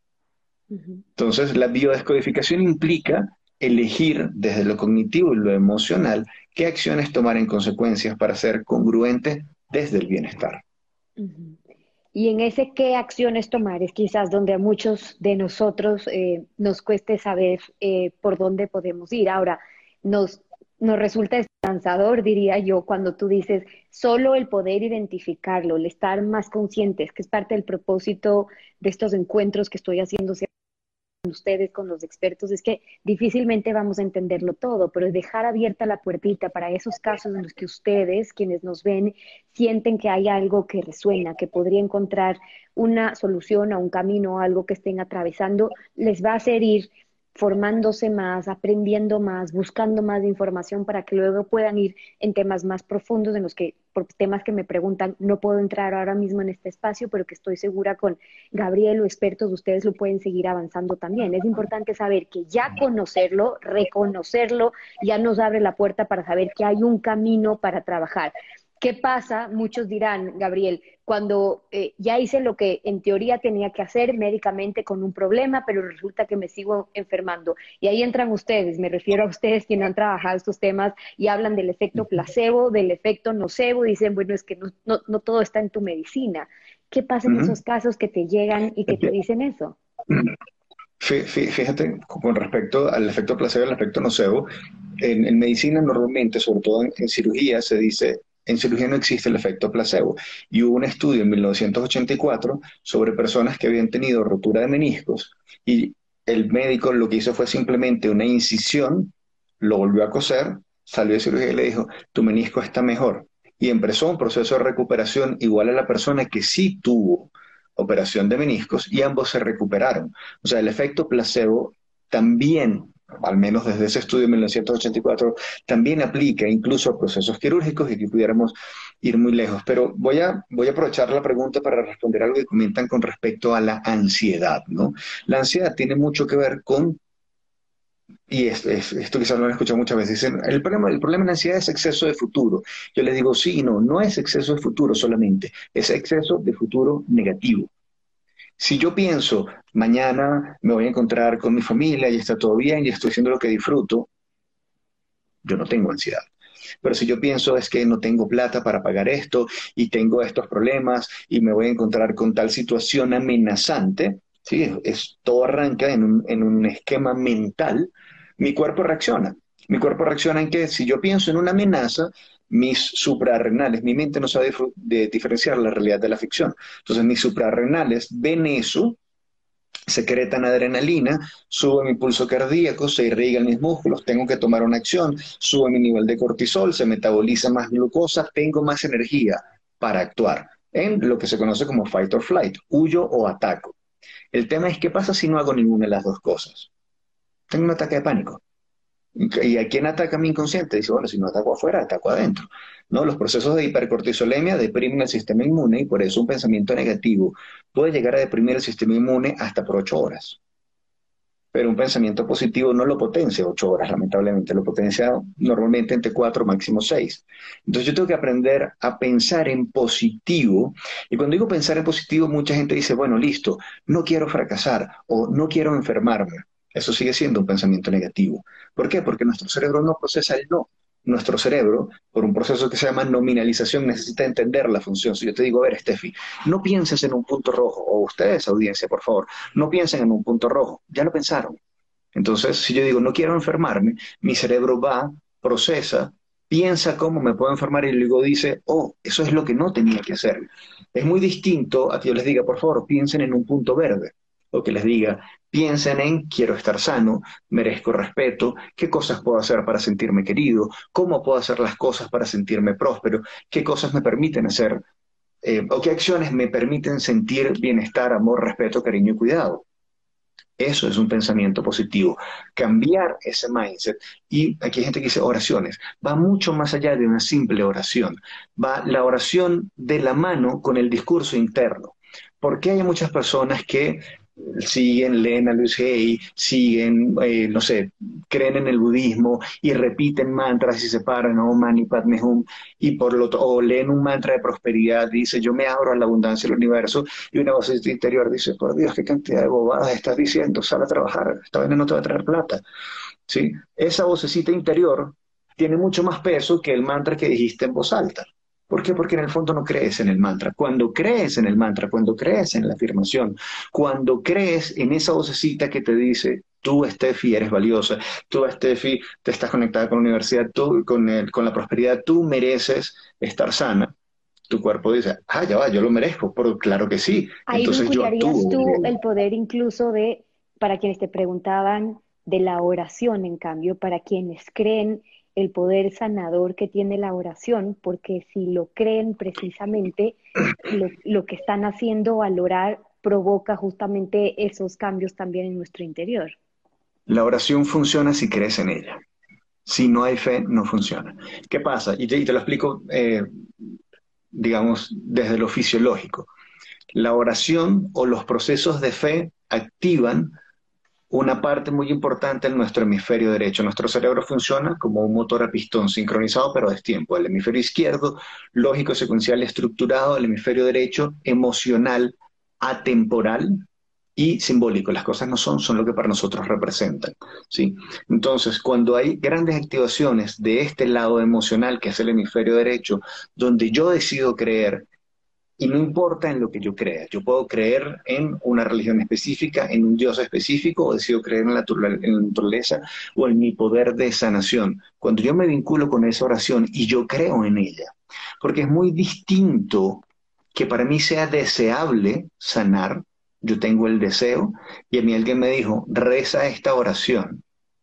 Ujú. Entonces, la biodescodificación implica elegir desde lo cognitivo y lo emocional qué acciones tomar en consecuencias para ser congruente desde el bienestar. Ujú. Y en ese qué acciones tomar es quizás donde a muchos de nosotros eh, nos cueste saber eh, por dónde podemos ir. Ahora, nos, nos resulta esperanzador, diría yo, cuando tú dices solo el poder identificarlo, el estar más conscientes, que es parte del propósito de estos encuentros que estoy haciendo ustedes, con los expertos, es que difícilmente vamos a entenderlo todo, pero es dejar abierta la puertita para esos casos en los que ustedes, quienes nos ven, sienten que hay algo que resuena, que podría encontrar una solución a un camino, a algo que estén atravesando, les va a hacer ir formándose más, aprendiendo más, buscando más información para que luego puedan ir en temas más profundos en los que, por temas que me preguntan, no puedo entrar ahora mismo en este espacio, pero que estoy segura con Gabriel o expertos, ustedes lo pueden seguir avanzando también. Es importante saber que ya conocerlo, reconocerlo, ya nos abre la puerta para saber que hay un camino para trabajar. ¿Qué pasa? Muchos dirán, Gabriel, cuando eh, ya hice lo que en teoría tenía que hacer médicamente con un problema, pero resulta que me sigo enfermando. Y ahí entran ustedes, me refiero a ustedes quienes han trabajado estos temas y hablan del efecto placebo, del efecto nocebo, y dicen, bueno, es que no, no, no todo está en tu medicina. ¿Qué pasa en Ujú. esos casos que te llegan y que te dicen eso? Fí- fí- Fíjate, con respecto al efecto placebo y al efecto nocebo, en, en medicina normalmente, sobre todo en, en cirugía, se dice, en cirugía no existe el efecto placebo. Y hubo un estudio en mil novecientos ochenta y cuatro sobre personas que habían tenido rotura de meniscos y el médico lo que hizo fue simplemente una incisión, lo volvió a coser, salió de cirugía y le dijo, tu menisco está mejor. Y empezó un proceso de recuperación igual a la persona que sí tuvo operación de meniscos y ambos se recuperaron. O sea, el efecto placebo también, al menos desde ese estudio de mil novecientos ochenta y cuatro, también aplica incluso a procesos quirúrgicos y que pudiéramos ir muy lejos. Pero voy a, voy a aprovechar la pregunta para responder algo que comentan con respecto a la ansiedad, ¿no? La ansiedad tiene mucho que ver con, y es, es- esto quizás lo han escuchado muchas veces, dicen, el problema, el problema de la ansiedad es exceso de futuro. Yo les digo, sí y no, no es exceso de futuro solamente, es exceso de futuro negativo. Si yo pienso, mañana me voy a encontrar con mi familia y está todo bien y estoy haciendo lo que disfruto, yo no tengo ansiedad. Pero si yo pienso es que no tengo plata para pagar esto y tengo estos problemas y me voy a encontrar con tal situación amenazante, ¿sí? Es, todo arranca en un, en un esquema mental, mi cuerpo reacciona. Mi cuerpo reacciona en que si yo pienso en una amenaza, mis suprarrenales, mi mente no sabe dif- de diferenciar la realidad de la ficción. Entonces mis suprarrenales ven eso, secretan adrenalina, sube mi pulso cardíaco, se irrigan mis músculos, tengo que tomar una acción, sube mi nivel de cortisol, se metaboliza más glucosa, tengo más energía para actuar en lo que se conoce como fight or flight, huyo o ataco. El tema es qué pasa si no hago ninguna de las dos cosas. Tengo un ataque de pánico. ¿Y a quién ataca mi inconsciente? Dice, bueno, si no ataco afuera, ataco adentro. ¿No? Los procesos de hipercortisolemia deprimen el sistema inmune y por eso un pensamiento negativo puede llegar a deprimir el sistema inmune hasta por ocho horas. Pero un pensamiento positivo no lo potencia ocho horas, lamentablemente, lo potencia normalmente entre cuatro, máximo seis. Entonces yo tengo que aprender a pensar en positivo. Y cuando digo pensar en positivo, mucha gente dice, bueno, listo, no quiero fracasar o no quiero enfermarme. Eso sigue siendo un pensamiento negativo. ¿Por qué? Porque nuestro cerebro no procesa el no. Nuestro cerebro, por un proceso que se llama nominalización, necesita entender la función. Si yo te digo, a ver, Steffi, no pienses en un punto rojo, o ustedes, audiencia, por favor, no piensen en un punto rojo, ya lo pensaron. Entonces, si yo digo, no quiero enfermarme, mi cerebro va, procesa, piensa cómo me puedo enfermar y luego dice, oh, eso es lo que no tenía que hacer. Es muy distinto a que yo les diga, por favor, piensen en un punto verde, o que les diga, piensen en, quiero estar sano, merezco respeto, qué cosas puedo hacer para sentirme querido, cómo puedo hacer las cosas para sentirme próspero, qué cosas me permiten hacer, eh, o qué acciones me permiten sentir bienestar, amor, respeto, cariño y cuidado. Eso es un pensamiento positivo. Cambiar ese mindset. Y aquí hay gente que dice oraciones. Va mucho más allá de una simple oración. Va la oración de la mano con el discurso interno. ¿Por qué hay muchas personas que siguen, leen a Luis Hay, siguen, eh, no sé, creen en el budismo y repiten mantras y se paran, Om Mani Padme Hum, y por lo o leen un mantra de prosperidad, dice, yo me abro a la abundancia del universo, y una voz interior dice, por Dios, qué cantidad de bobadas estás diciendo, sal a trabajar, esta vaina no te va a traer plata, ¿sí? Esa vocecita interior tiene mucho más peso que el mantra que dijiste en voz alta. ¿Por qué? Porque en el fondo no crees en el mantra. Cuando crees en el mantra, cuando crees en la afirmación, cuando crees en esa vocecita que te dice, tú, Steffi, eres valiosa, tú, Steffi, te estás conectada con la universidad, tú, con, el, con la prosperidad, tú mereces estar sana, tu cuerpo dice, ah, ya va, yo lo merezco, pero claro que sí, Ahí entonces yo vincularías actúo. tú el poder incluso de, para quienes te preguntaban de la oración, en cambio, para quienes creen el poder sanador que tiene la oración, porque si lo creen precisamente, lo, lo que están haciendo al orar provoca justamente esos cambios también en nuestro interior. La oración funciona si crees en ella. Si no hay fe, no funciona. ¿Qué pasa? Y te, y te lo explico, eh, digamos, desde lo fisiológico. La oración o los procesos de fe activan una parte muy importante en nuestro hemisferio derecho. Nuestro cerebro funciona como un motor a pistón sincronizado, pero a destiempo. El hemisferio izquierdo, lógico, secuencial, estructurado. El hemisferio derecho, emocional, atemporal y simbólico. Las cosas no son, son lo que para nosotros representan, ¿sí? Entonces, cuando hay grandes activaciones de este lado emocional, que es el hemisferio derecho, donde yo decido creer, y no importa en lo que yo crea, yo puedo creer en una religión específica, en un Dios específico, o decido creer en la, en la naturaleza o en mi poder de sanación. Cuando yo me vinculo con esa oración y yo creo en ella, porque es muy distinto que para mí sea deseable sanar, yo tengo el deseo, y a mí alguien me dijo, reza esta oración.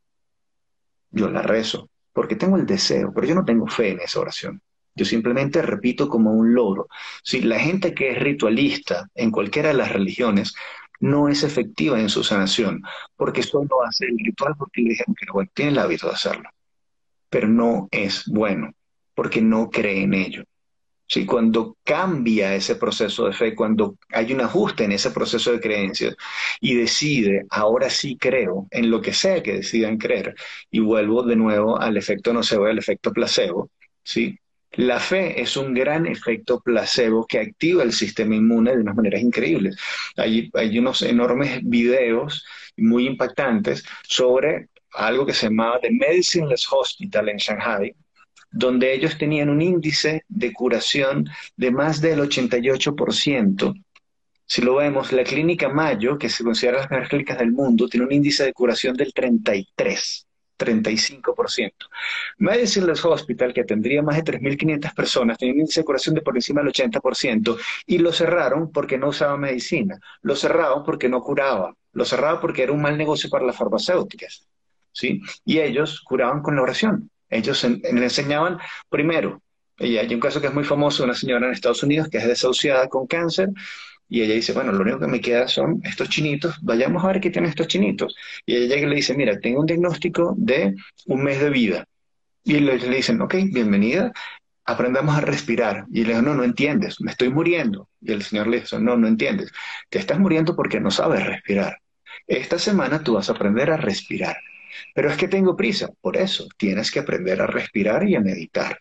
Yo la rezo, porque tengo el deseo, pero yo no tengo fe en esa oración. Yo simplemente repito como un logro. Si la gente que es ritualista en cualquiera de las religiones no es efectiva en su sanación, porque solo hace el ritual porque le dijeron que bueno, tiene el hábito de hacerlo, pero no es bueno, porque no cree en ello. Sí, cuando cambia ese proceso de fe, cuando hay un ajuste en ese proceso de creencias y decide, ahora sí creo en lo que sea que decidan creer, y vuelvo de nuevo al efecto nocebo y al efecto placebo, ¿sí? La fe es un gran efecto placebo que activa el sistema inmune de unas maneras increíbles. Hay, hay unos enormes videos muy impactantes sobre algo que se llamaba The Medicineless Hospital en Shanghai, donde ellos tenían un índice de curación de más del ochenta y ocho por ciento. Si lo vemos, la clínica Mayo, que se considera las mejores clínicas del mundo, tiene un índice de curación del treinta y tres, treinta y cinco por ciento. Medicineless Hospital, que tendría más de tres mil quinientas personas, tenía un índice de curación de por encima del ochenta por ciento y lo cerraron porque no usaba medicina, lo cerraron porque no curaba, lo cerraron porque era un mal negocio para las farmacéuticas, ¿sí? Y ellos curaban con la oración. Ellos en, en, le enseñaban primero, y hay un caso que es muy famoso de una señora en Estados Unidos que es desahuciada con cáncer, y ella dice, bueno, lo único que me queda son estos chinitos, vayamos a ver qué tienen estos chinitos. Y ella llega y le dice, mira, tengo un diagnóstico de un mes de vida. Y le, le dicen, ok, bienvenida, aprendamos a respirar. Y le dice, no, no entiendes, me estoy muriendo. Y el señor le dice, no, no entiendes, te estás muriendo porque no sabes respirar. Esta semana tú vas a aprender a respirar. Pero es que tengo prisa, por eso tienes que aprender a respirar y a meditar.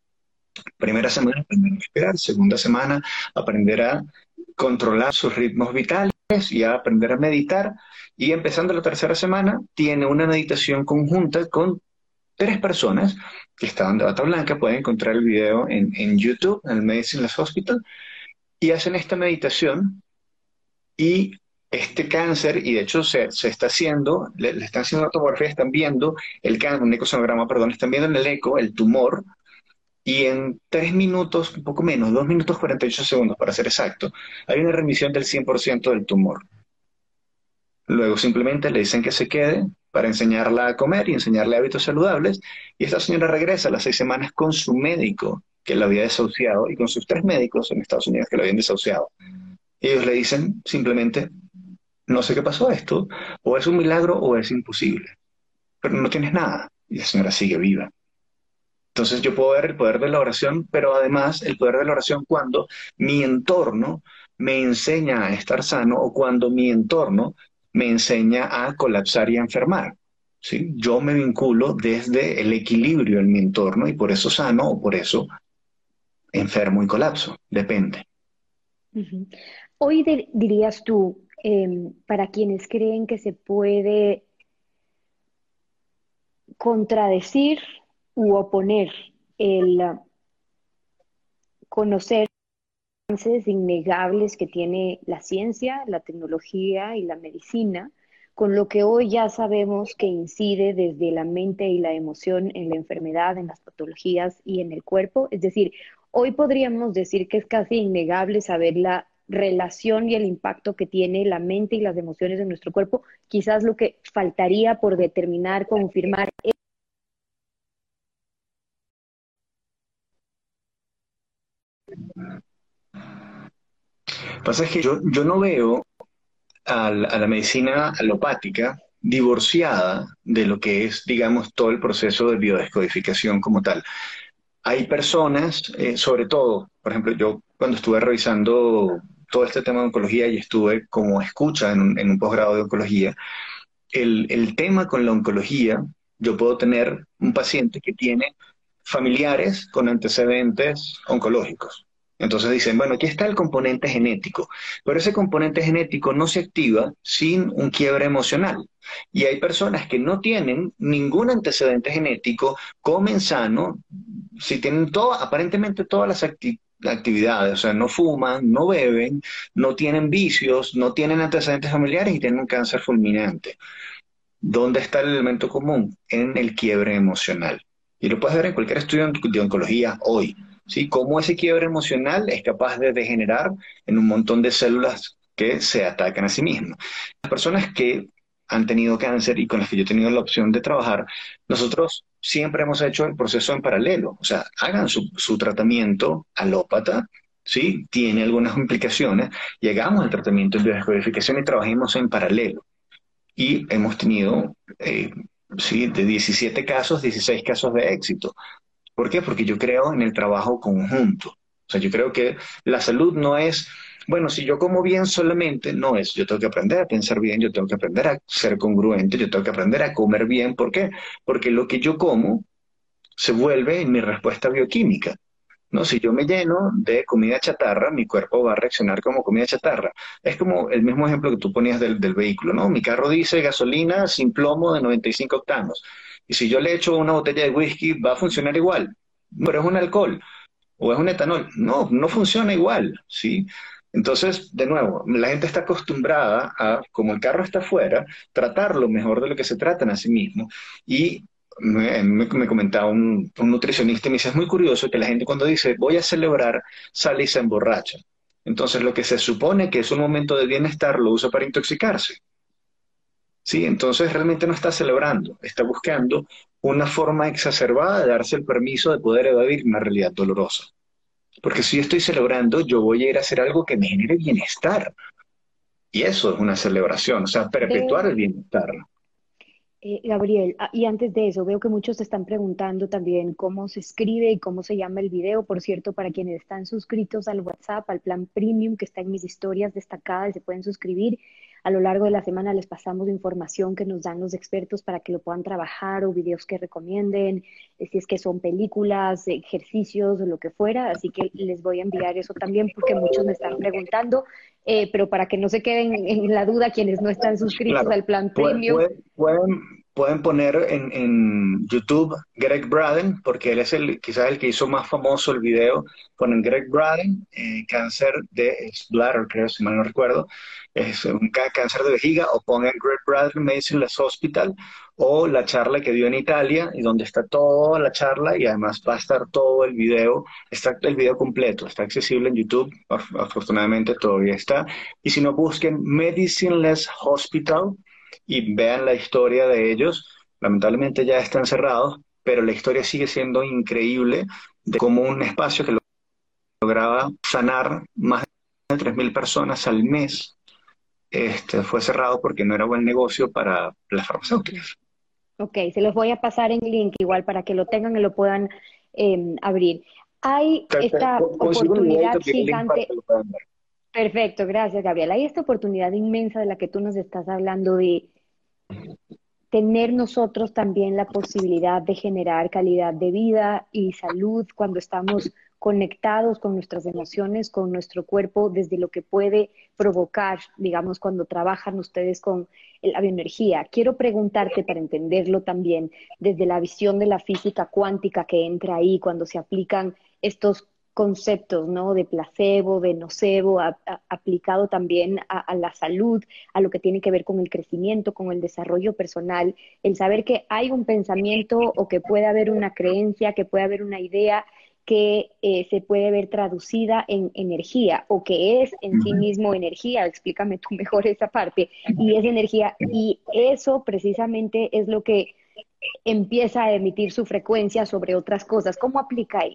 Primera semana aprender a respirar, segunda semana aprender a controlar sus ritmos vitales y a aprender a meditar. Y empezando la tercera semana tiene una meditación conjunta con tres personas que estaban de bata blanca, pueden encontrar el video en, en YouTube, en el Medicineless Hospital, y hacen esta meditación y este cáncer, y de hecho se, se está haciendo, le, le están haciendo una tomografía, están viendo el cáncer, un ecosonograma, perdón, están viendo en el eco el tumor, y en tres minutos, un poco menos, dos minutos cuarenta y ocho segundos para ser exacto, hay una remisión del cien por ciento del tumor. Luego simplemente le dicen que se quede para enseñarla a comer y enseñarle hábitos saludables, y esta señora regresa a las seis semanas con su médico, que la había desahuciado, y con sus tres médicos en Estados Unidos que la habían desahuciado. Y ellos le dicen simplemente, no sé qué pasó esto, o es un milagro o es imposible, pero no tienes nada. Y la señora sigue viva. Entonces yo puedo ver el poder de la oración, pero además el poder de la oración cuando mi entorno me enseña a estar sano o cuando mi entorno me enseña a colapsar y a enfermar. ¿Sí? Yo me vinculo desde el equilibrio en mi entorno y por eso sano o por eso enfermo y colapso, depende. Ujú. Hoy dir- dirías tú, em, para quienes creen que se puede contradecir u oponer el ah, conocer avances innegables que tiene la ciencia, la tecnología y la medicina, con lo que hoy ya sabemos que incide desde la mente y la emoción en la enfermedad, en las patologías y en el cuerpo. Es decir, hoy podríamos decir que es casi innegable saber la relación y el impacto que tiene la mente y las emociones en nuestro cuerpo. Quizás lo que faltaría por determinar, confirmar. Lo que pasa es que yo, yo no veo a la, a la medicina alopática divorciada de lo que es, digamos, todo el proceso de biodescodificación como tal. Hay personas, eh, sobre todo, por ejemplo, yo cuando estuve revisando todo este tema de oncología y estuve como escucha en un, en un posgrado de oncología, el, el tema con la oncología, yo puedo tener un paciente que tiene familiares con antecedentes oncológicos. Entonces dicen, bueno, aquí está el componente genético, pero ese componente genético no se activa sin un quiebre emocional. Y hay personas que no tienen ningún antecedente genético, comen sano, si tienen todo, aparentemente todas las acti- actividades, o sea, no fuman, no beben, no tienen vicios, no tienen antecedentes familiares y tienen un cáncer fulminante. ¿Dónde está el elemento común? En el quiebre emocional. Y lo puedes ver en cualquier estudio de oncología hoy, ¿sí? Cómo ese quiebre emocional es capaz de degenerar en un montón de células que se atacan a sí mismas. Las personas que han tenido cáncer y con las que yo he tenido la opción de trabajar, nosotros siempre hemos hecho el proceso en paralelo. O sea, hagan su, su tratamiento alópata, ¿sí? Tiene algunas implicaciones, llegamos al tratamiento en biodescodificación y trabajemos en paralelo y hemos tenido, eh, sí, de diecisiete casos, dieciséis casos de éxito. ¿Por qué? Porque yo creo en el trabajo conjunto. O sea, yo creo que la salud no es, bueno, si yo como bien solamente, no es, yo tengo que aprender a pensar bien, yo tengo que aprender a ser congruente, yo tengo que aprender a comer bien. ¿Por qué? Porque lo que yo como se vuelve en mi respuesta bioquímica. ¿No? Si yo me lleno de comida chatarra, mi cuerpo va a reaccionar como comida chatarra. Es como el mismo ejemplo que tú ponías del, del vehículo, ¿no? Mi carro dice gasolina sin plomo de noventa y cinco octanos. Y si yo le echo una botella de whisky, va a funcionar igual. Pero es un alcohol o es un etanol. No, no funciona igual, ¿sí? Entonces, de nuevo, la gente está acostumbrada a, como el carro está afuera, tratarlo mejor de lo que se tratan a sí mismo. Y me, me- me comentaba un, un nutricionista y me dice, es muy curioso que la gente cuando dice voy a celebrar, sale y se emborracha. Entonces, lo que se supone que es un momento de bienestar lo usa para intoxicarse. ¿Sí? Entonces, realmente no está celebrando, está buscando una forma exacerbada de darse el permiso de poder evadir una realidad dolorosa. Porque si yo estoy celebrando, yo voy a ir a hacer algo que me genere bienestar. Y eso es una celebración, o sea, perpetuar Veo el bienestar. Eh, Gabriel, ah, y antes de eso, veo que muchos te están preguntando también cómo se escribe y cómo se llama el video. Por cierto, para quienes están suscritos al WhatsApp, al plan premium que está en mis historias destacadas y se pueden suscribir, a lo largo de la semana les pasamos información que nos dan los expertos para que lo puedan trabajar o videos que recomienden, eh, si es que son películas, ejercicios o lo que fuera. Así que les voy a enviar eso también porque muchos me están preguntando, eh, pero para que no se queden en la duda quienes no están suscritos Claro, al plan puede- premium. puede- pueden, pueden poner en, en YouTube Greg Braden, porque él es el, quizás el que hizo más famoso el video. Ponen Greg Braden, eh, cáncer de es bladder, creo, si mal no recuerdo, es un ca- cáncer de vejiga, o pongan Greg Braden Medicine Hospital, o la charla que dio en Italia, y donde está toda la charla, y además va a estar todo el video, está el video completo, está accesible en YouTube, af- afortunadamente todavía está. Y si no, busquen Medicineless Hospital y vean la historia de ellos. Lamentablemente ya están cerrados, pero la historia sigue siendo increíble de cómo un espacio que lograba sanar más de tres mil personas al mes este, fue cerrado porque no era buen negocio para las Ujú. farmacéuticas. Ok, se los voy a pasar en link igual para que lo tengan y lo puedan eh, abrir. Hay Te- te- esta Consigo el video y te oportunidad envío el link para gigante. que lo puedan ver. Perfecto, gracias, Gabriela. Hay esta oportunidad inmensa de la que tú nos estás hablando de tener nosotros también la posibilidad de generar calidad de vida y salud cuando estamos conectados con nuestras emociones, con nuestro cuerpo, desde lo que puede provocar, digamos, cuando trabajan ustedes con la bioenergía. Quiero preguntarte para entenderlo también desde la visión de la física cuántica que entra ahí cuando se aplican estos conceptos, ¿no? De placebo, de nocebo, a- a- aplicado también a, a la salud, a lo que tiene que ver con el crecimiento, con el desarrollo personal, el saber que hay un pensamiento o que puede haber una creencia, que puede haber una idea que eh, se puede ver traducida en energía o que es en sí Ujú. mismo energía, explícame tú mejor esa parte, y es energía, y eso precisamente es lo que empieza a emitir su frecuencia sobre otras cosas. ¿Cómo aplica ahí?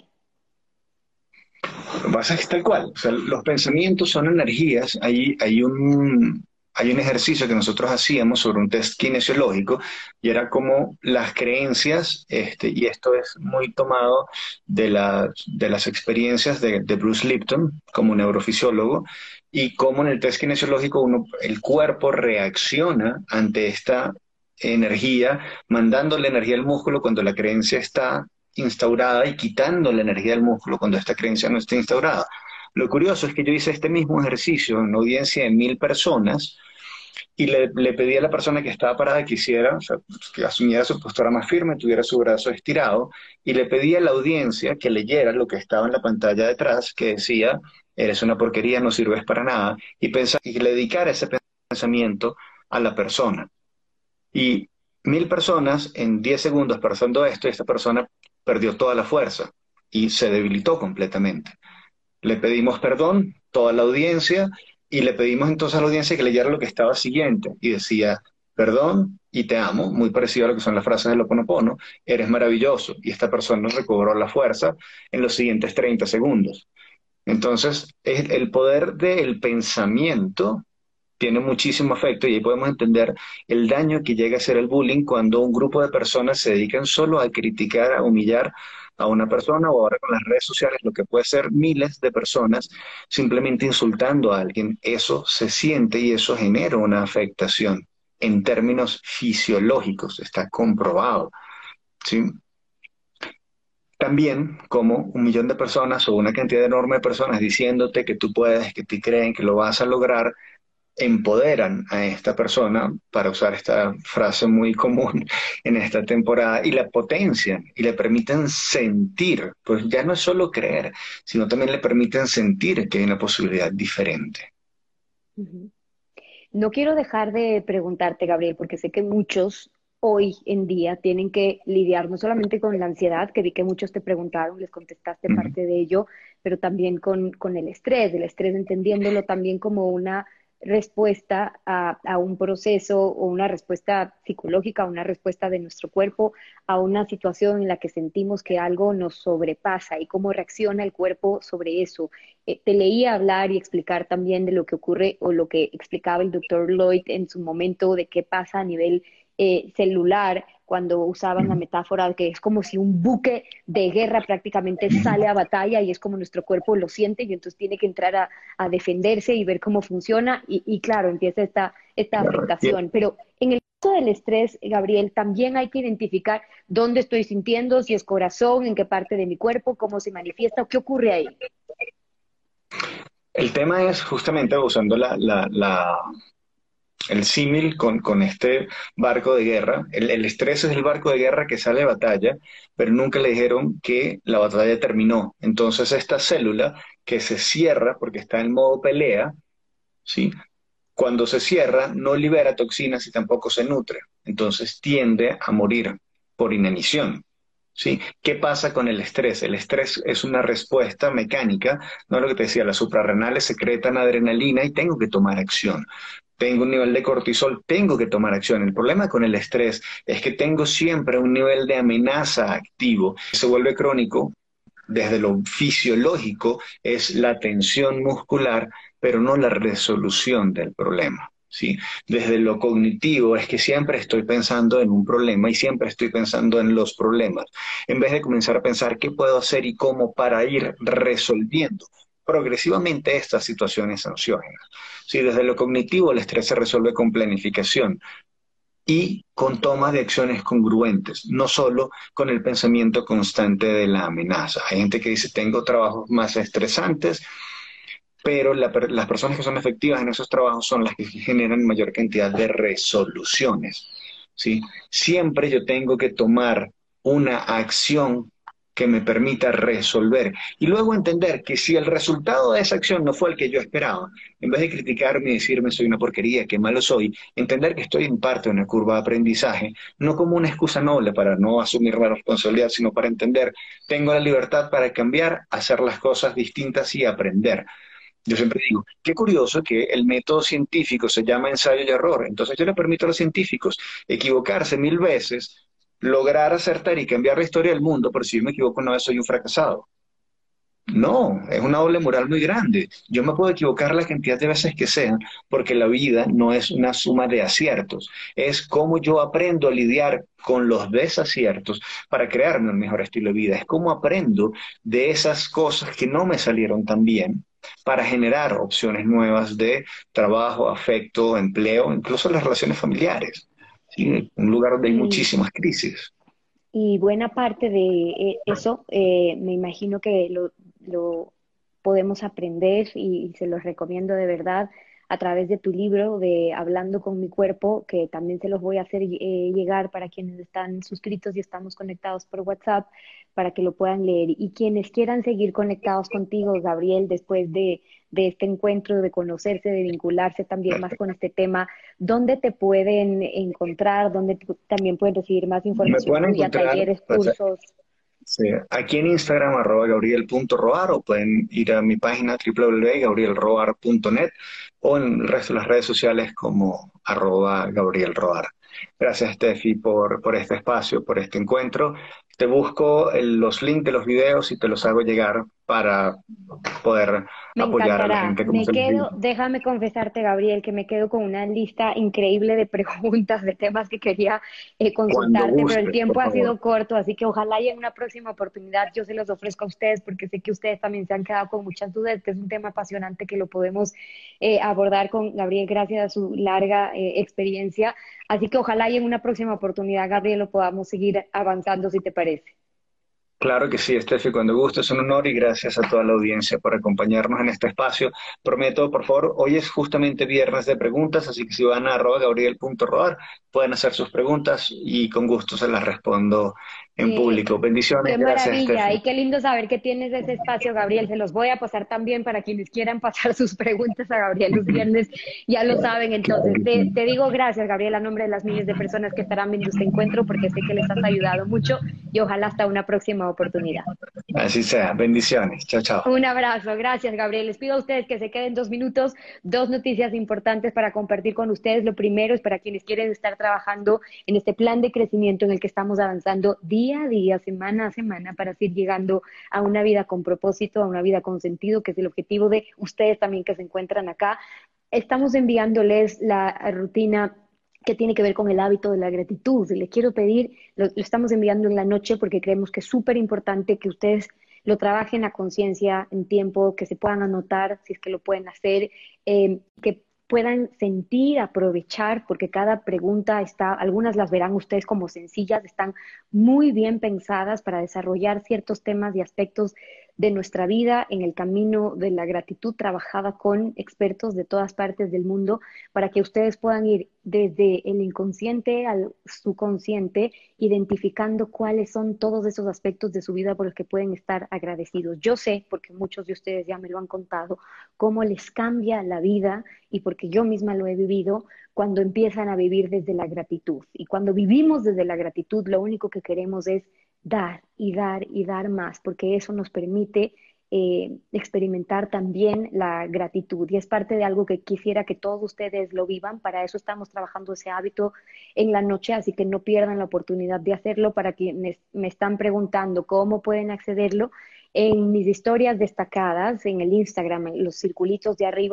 Lo que pasa es que es tal cual, o sea, los pensamientos son energías, hay, hay un, hay un ejercicio que nosotros hacíamos sobre un test kinesiológico y era como las creencias, este, y esto es muy tomado de, la- de las experiencias de, de Bruce Lipton como neurofisiólogo, y cómo en el test kinesiológico uno, el cuerpo reacciona ante esta energía, mandándole energía al músculo cuando la creencia está instaurada y quitando la energía del músculo cuando esta creencia no está instaurada. Lo curioso es que yo hice este mismo ejercicio en una audiencia de mil personas y le, le pedí a la persona que estaba parada que hiciera, o sea, que asumiera su postura más firme, tuviera su brazo estirado, y le pedí a la audiencia que leyera lo que estaba en la pantalla detrás, que decía, eres una porquería, no sirves para nada, y, pensa- y le dedicara ese pensamiento a la persona. Y mil personas en diez segundos pasando esto, y esta persona perdió toda la fuerza y se debilitó completamente. Le pedimos perdón, toda la audiencia, y le pedimos entonces a la audiencia que leyera lo que estaba siguiente. Y decía, perdón y te amo, muy parecido a lo que son las frases del Ho Oponopono, eres maravilloso. Y esta persona recobró la fuerza en los siguientes treinta segundos. Entonces, es el poder del pensamiento tiene muchísimo efecto y ahí podemos entender el daño que llega a hacer el bullying cuando un grupo de personas se dedican solo a criticar, a humillar a una persona, o ahora con las redes sociales, lo que puede ser miles de personas simplemente insultando a alguien. Eso se siente y eso genera una afectación en términos fisiológicos, está comprobado, ¿sí? También como un millón de personas o una cantidad enorme de personas diciéndote que tú puedes, que te creen que lo vas a lograr, empoderan a esta persona, para usar esta frase muy común en esta temporada, y la potencian y le permiten sentir, pues ya no es solo creer, sino también le permiten sentir que hay una posibilidad diferente. Ujú. No quiero dejar de preguntarte, Gabriel, porque sé que muchos hoy en día tienen que lidiar no solamente con la ansiedad, que vi que muchos te preguntaron, les contestaste Ujú. parte de ello, pero también con, con el estrés, el estrés entendiéndolo también como una respuesta a, a un proceso o una respuesta psicológica, una respuesta de nuestro cuerpo a una situación en la que sentimos que algo nos sobrepasa y cómo reacciona el cuerpo sobre eso. Eh, te leía hablar y explicar también de lo que ocurre o lo que explicaba el doctor Lloyd en su momento de qué pasa a nivel eh, celular cuando usaban la Ujú. metáfora de que es como si un buque de guerra prácticamente sale a batalla y es como nuestro cuerpo lo siente y entonces tiene que entrar a, a defenderse y ver cómo funciona y, y claro, empieza esta, esta Claro. Y afectación. Pero en el caso del estrés, Gabriel, también hay que identificar dónde estoy sintiendo, si es corazón, en qué parte de mi cuerpo, cómo se manifiesta o qué ocurre ahí. el tema es justamente usando la, la, la, el símil con, con este barco de guerra. El, el estrés es el barco de guerra que sale de batalla, pero nunca le dijeron que la batalla terminó. Entonces esta célula que se cierra porque está en modo pelea, ¿sí? Cuando se cierra no libera toxinas y tampoco se nutre. Entonces tiende a morir por inanición. ¿Sí? ¿Qué pasa con el estrés? El estrés es una respuesta mecánica, no lo que te decía, las suprarrenales secretan adrenalina y tengo que tomar acción. Tengo un nivel de cortisol, tengo que tomar acción. El problema con el estrés es que tengo siempre un nivel de amenaza activo. Se vuelve crónico desde lo fisiológico, es la tensión muscular, pero no la resolución del problema. ¿Sí? Desde lo cognitivo es que siempre estoy pensando en un problema y siempre estoy pensando en los problemas, en vez de comenzar a pensar qué puedo hacer y cómo para ir resolviendo. progresivamente estas situaciones ansiógenas. Sí, desde lo cognitivo, el estrés se resuelve con planificación y con toma de acciones congruentes, no solo con el pensamiento constante de la amenaza. Hay gente que dice, tengo trabajos más estresantes, pero la las personas que son efectivas en esos trabajos son las que generan mayor cantidad de resoluciones, ¿sí? Siempre yo tengo que tomar una acción que me permita resolver y luego entender que si el resultado de esa acción no fue el que yo esperaba, en vez de criticarme y decirme soy una porquería, qué malo soy, entender que estoy en parte de una curva de aprendizaje, no como una excusa noble para no asumir la responsabilidad, sino para entender, tengo la libertad para cambiar, hacer las cosas distintas y aprender. Yo siempre digo, qué curioso que el método científico se llama ensayo y error. Entonces yo le permito a los científicos equivocarse mil veces, lograr acertar y cambiar la historia del mundo, pero si yo me equivoco una vez soy un fracasado. No, es una doble moral muy grande. Yo me puedo equivocar la cantidad de veces que sean, porque la vida no es una suma de aciertos, es cómo yo aprendo a lidiar con los desaciertos para crearme un mejor estilo de vida. Es cómo aprendo de esas cosas que no me salieron tan bien para generar opciones nuevas de trabajo, afecto, empleo, incluso las relaciones familiares. ¿Sí? Un lugar donde hay Y, muchísimas crisis. y buena parte de eh, eso, eh, me imagino que lo, lo podemos aprender y, y se los recomiendo de verdad a través de tu libro de Hablando con mi cuerpo, que también se los voy a hacer eh, llegar para quienes están suscritos y estamos conectados por WhatsApp, para que lo puedan leer. Y quienes quieran seguir conectados contigo, Gabriel, después de, de este encuentro, de conocerse, de vincularse también más con este tema, ¿dónde te pueden encontrar? ¿Dónde tú también pueden recibir más Me información pueden tuya, encontrar, talleres, pues, cursos? sí, aquí en Instagram, arroba gabriel.roar, o pueden ir a mi página w w w punto gabriel roar punto net o en el resto de las redes sociales como arroba gabrielroar. Gracias, Steffi, por, por este espacio, por este encuentro. Te busco el- los links de los videos y te los hago llegar para poder Me apoyar a la encantará. gente como Me se les quedo, dice. déjame confesarte, Gabriel, que me quedo con una lista increíble de preguntas, de temas que quería eh, Cuando consultarte, pero el gustes, por tiempo ha favor. sido corto, así que ojalá y en una próxima oportunidad yo se los ofrezco a ustedes, porque sé que ustedes también se han quedado con muchas dudas, que es un tema apasionante que lo podemos eh, abordar con Gabriel gracias a su larga eh, experiencia. Así que ojalá y en una próxima oportunidad, Gabriel, lo podamos seguir avanzando, si te parece. Claro que sí, Estefi, cuando guste, es un honor y gracias a toda la audiencia por acompañarnos en este espacio. Prometo, por favor, hoy es justamente viernes de preguntas, así que si van a arroba gabriel.roar, pueden hacer sus preguntas y con gusto se las respondo en Qué, público. Bendiciones, qué gracias, maravilla Estefi. y qué lindo saber que tienes ese espacio, Gabriel. Se los voy a pasar también para quienes quieran pasar sus preguntas a Gabriel los viernes. Ya lo saben, Claro entonces. que Te, sí. te digo gracias, Gabriel, a nombre de las miles de personas que estarán viendo este encuentro, porque sé que les has ayudado mucho y ojalá hasta una próxima oportunidad. Así sea, bendiciones. Chao, chao. Un abrazo, gracias Gabriel. Les pido a ustedes que se queden dos minutos, dos noticias importantes para compartir con ustedes. Lo primero es para quienes quieren estar trabajando en este plan de crecimiento en el que estamos avanzando día a día, semana a semana, para seguir llegando a una vida con propósito, a una vida con sentido, que es el objetivo de ustedes también que se encuentran acá. Estamos enviándoles la rutina que tiene que ver con el hábito de la gratitud. Les quiero pedir, lo, lo estamos enviando en la noche porque creemos que es súper importante que ustedes lo trabajen a conciencia en tiempo, que se puedan anotar si es que lo pueden hacer, eh, que puedan sentir, aprovechar, porque cada pregunta está, algunas las verán ustedes como sencillas, están muy bien pensadas para desarrollar ciertos temas y aspectos de nuestra vida en el camino de la gratitud, trabajada con expertos de todas partes del mundo, para que ustedes puedan ir desde el inconsciente al subconsciente, identificando cuáles son todos esos aspectos de su vida por los que pueden estar agradecidos. Yo sé, porque muchos de ustedes ya me lo han contado, cómo les cambia la vida y porque yo misma lo he vivido cuando empiezan a vivir desde la gratitud. Y cuando vivimos desde la gratitud, lo único que queremos es dar y dar y dar más, porque eso nos permite eh, experimentar también la gratitud. Y es parte de algo que quisiera que todos ustedes lo vivan. Para eso estamos trabajando ese hábito en la noche, así que no pierdan la oportunidad de hacerlo. Para quienes me están preguntando cómo pueden accederlo, en mis historias destacadas, en el Instagram, en los circulitos de arriba,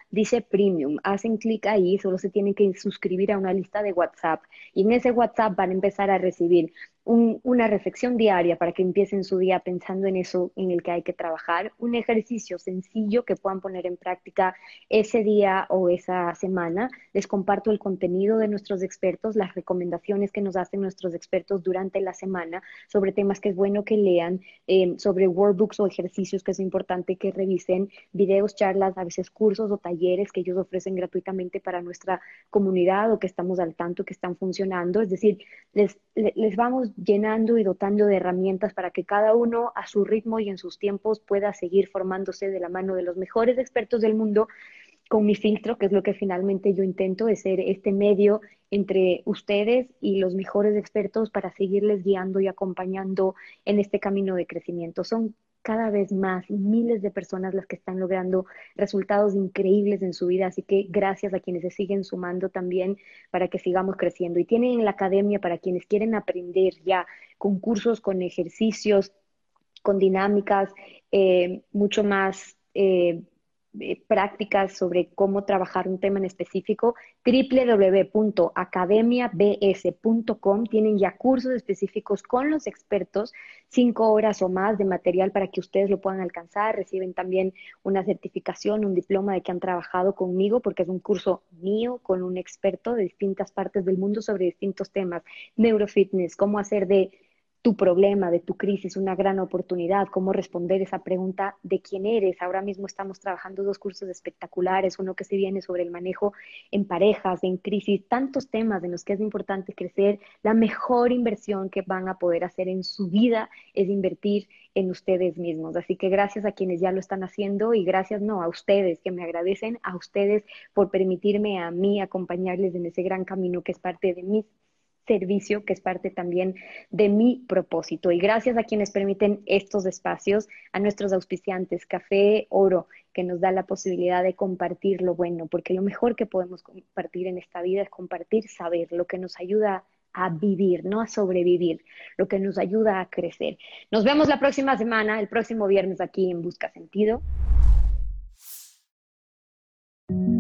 dice Premium. Hacen clic ahí, solo se tienen que suscribir a una lista de WhatsApp y en ese WhatsApp van a empezar a recibir un- una reflexión diaria para que empiecen su día pensando en eso en el que hay que trabajar, un ejercicio sencillo que puedan poner en práctica ese día o esa semana. Les comparto el contenido de nuestros expertos, las recomendaciones que nos hacen nuestros expertos durante la semana sobre temas que es bueno que lean, eh, sobre workbooks o ejercicios que es importante que revisen, videos, charlas, a veces cursos o talleres que ellos ofrecen gratuitamente para nuestra comunidad o que estamos al tanto que están funcionando. Es decir, les, les vamos llenando y dotando de herramientas para que cada uno a su ritmo y en sus tiempos pueda seguir formándose de la mano de los mejores expertos del mundo con mi filtro, que es lo que finalmente yo intento, es ser este medio entre ustedes y los mejores expertos para seguirles guiando y acompañando en este camino de crecimiento. Son cada vez más miles de personas las que están logrando resultados increíbles en su vida, así que gracias a quienes se siguen sumando también para que sigamos creciendo. Y tienen en la academia para quienes quieren aprender ya con cursos, con ejercicios, con dinámicas eh, mucho más eh, eh, prácticas sobre cómo trabajar un tema en específico, w w w punto academia b s punto com. Tienen ya cursos específicos con los expertos, cinco horas o más de material para que ustedes lo puedan alcanzar. Reciben también una certificación, un diploma de que han trabajado conmigo, porque es un curso mío con un experto de distintas partes del mundo sobre distintos temas, neurofitness, cómo hacer de tu problema, de tu crisis, una gran oportunidad, cómo responder esa pregunta de quién eres. Ahora mismo estamos trabajando dos cursos espectaculares, uno que se viene sobre el manejo en parejas, en crisis, tantos temas en los que es importante crecer. La mejor inversión que van a poder hacer en su vida es invertir en ustedes mismos. Así que gracias a quienes ya lo están haciendo y gracias no a ustedes que me agradecen, a ustedes por permitirme a mí acompañarles en ese gran camino que es parte de mis servicio, que es parte también de mi propósito. Y gracias a quienes permiten estos espacios, a nuestros auspiciantes, Café Oro, que nos da la posibilidad de compartir lo bueno, porque lo mejor que podemos compartir en esta vida es compartir saber, lo que nos ayuda a vivir, no a sobrevivir, lo que nos ayuda a crecer. Nos vemos la próxima semana, el próximo viernes aquí en Busca Sentido.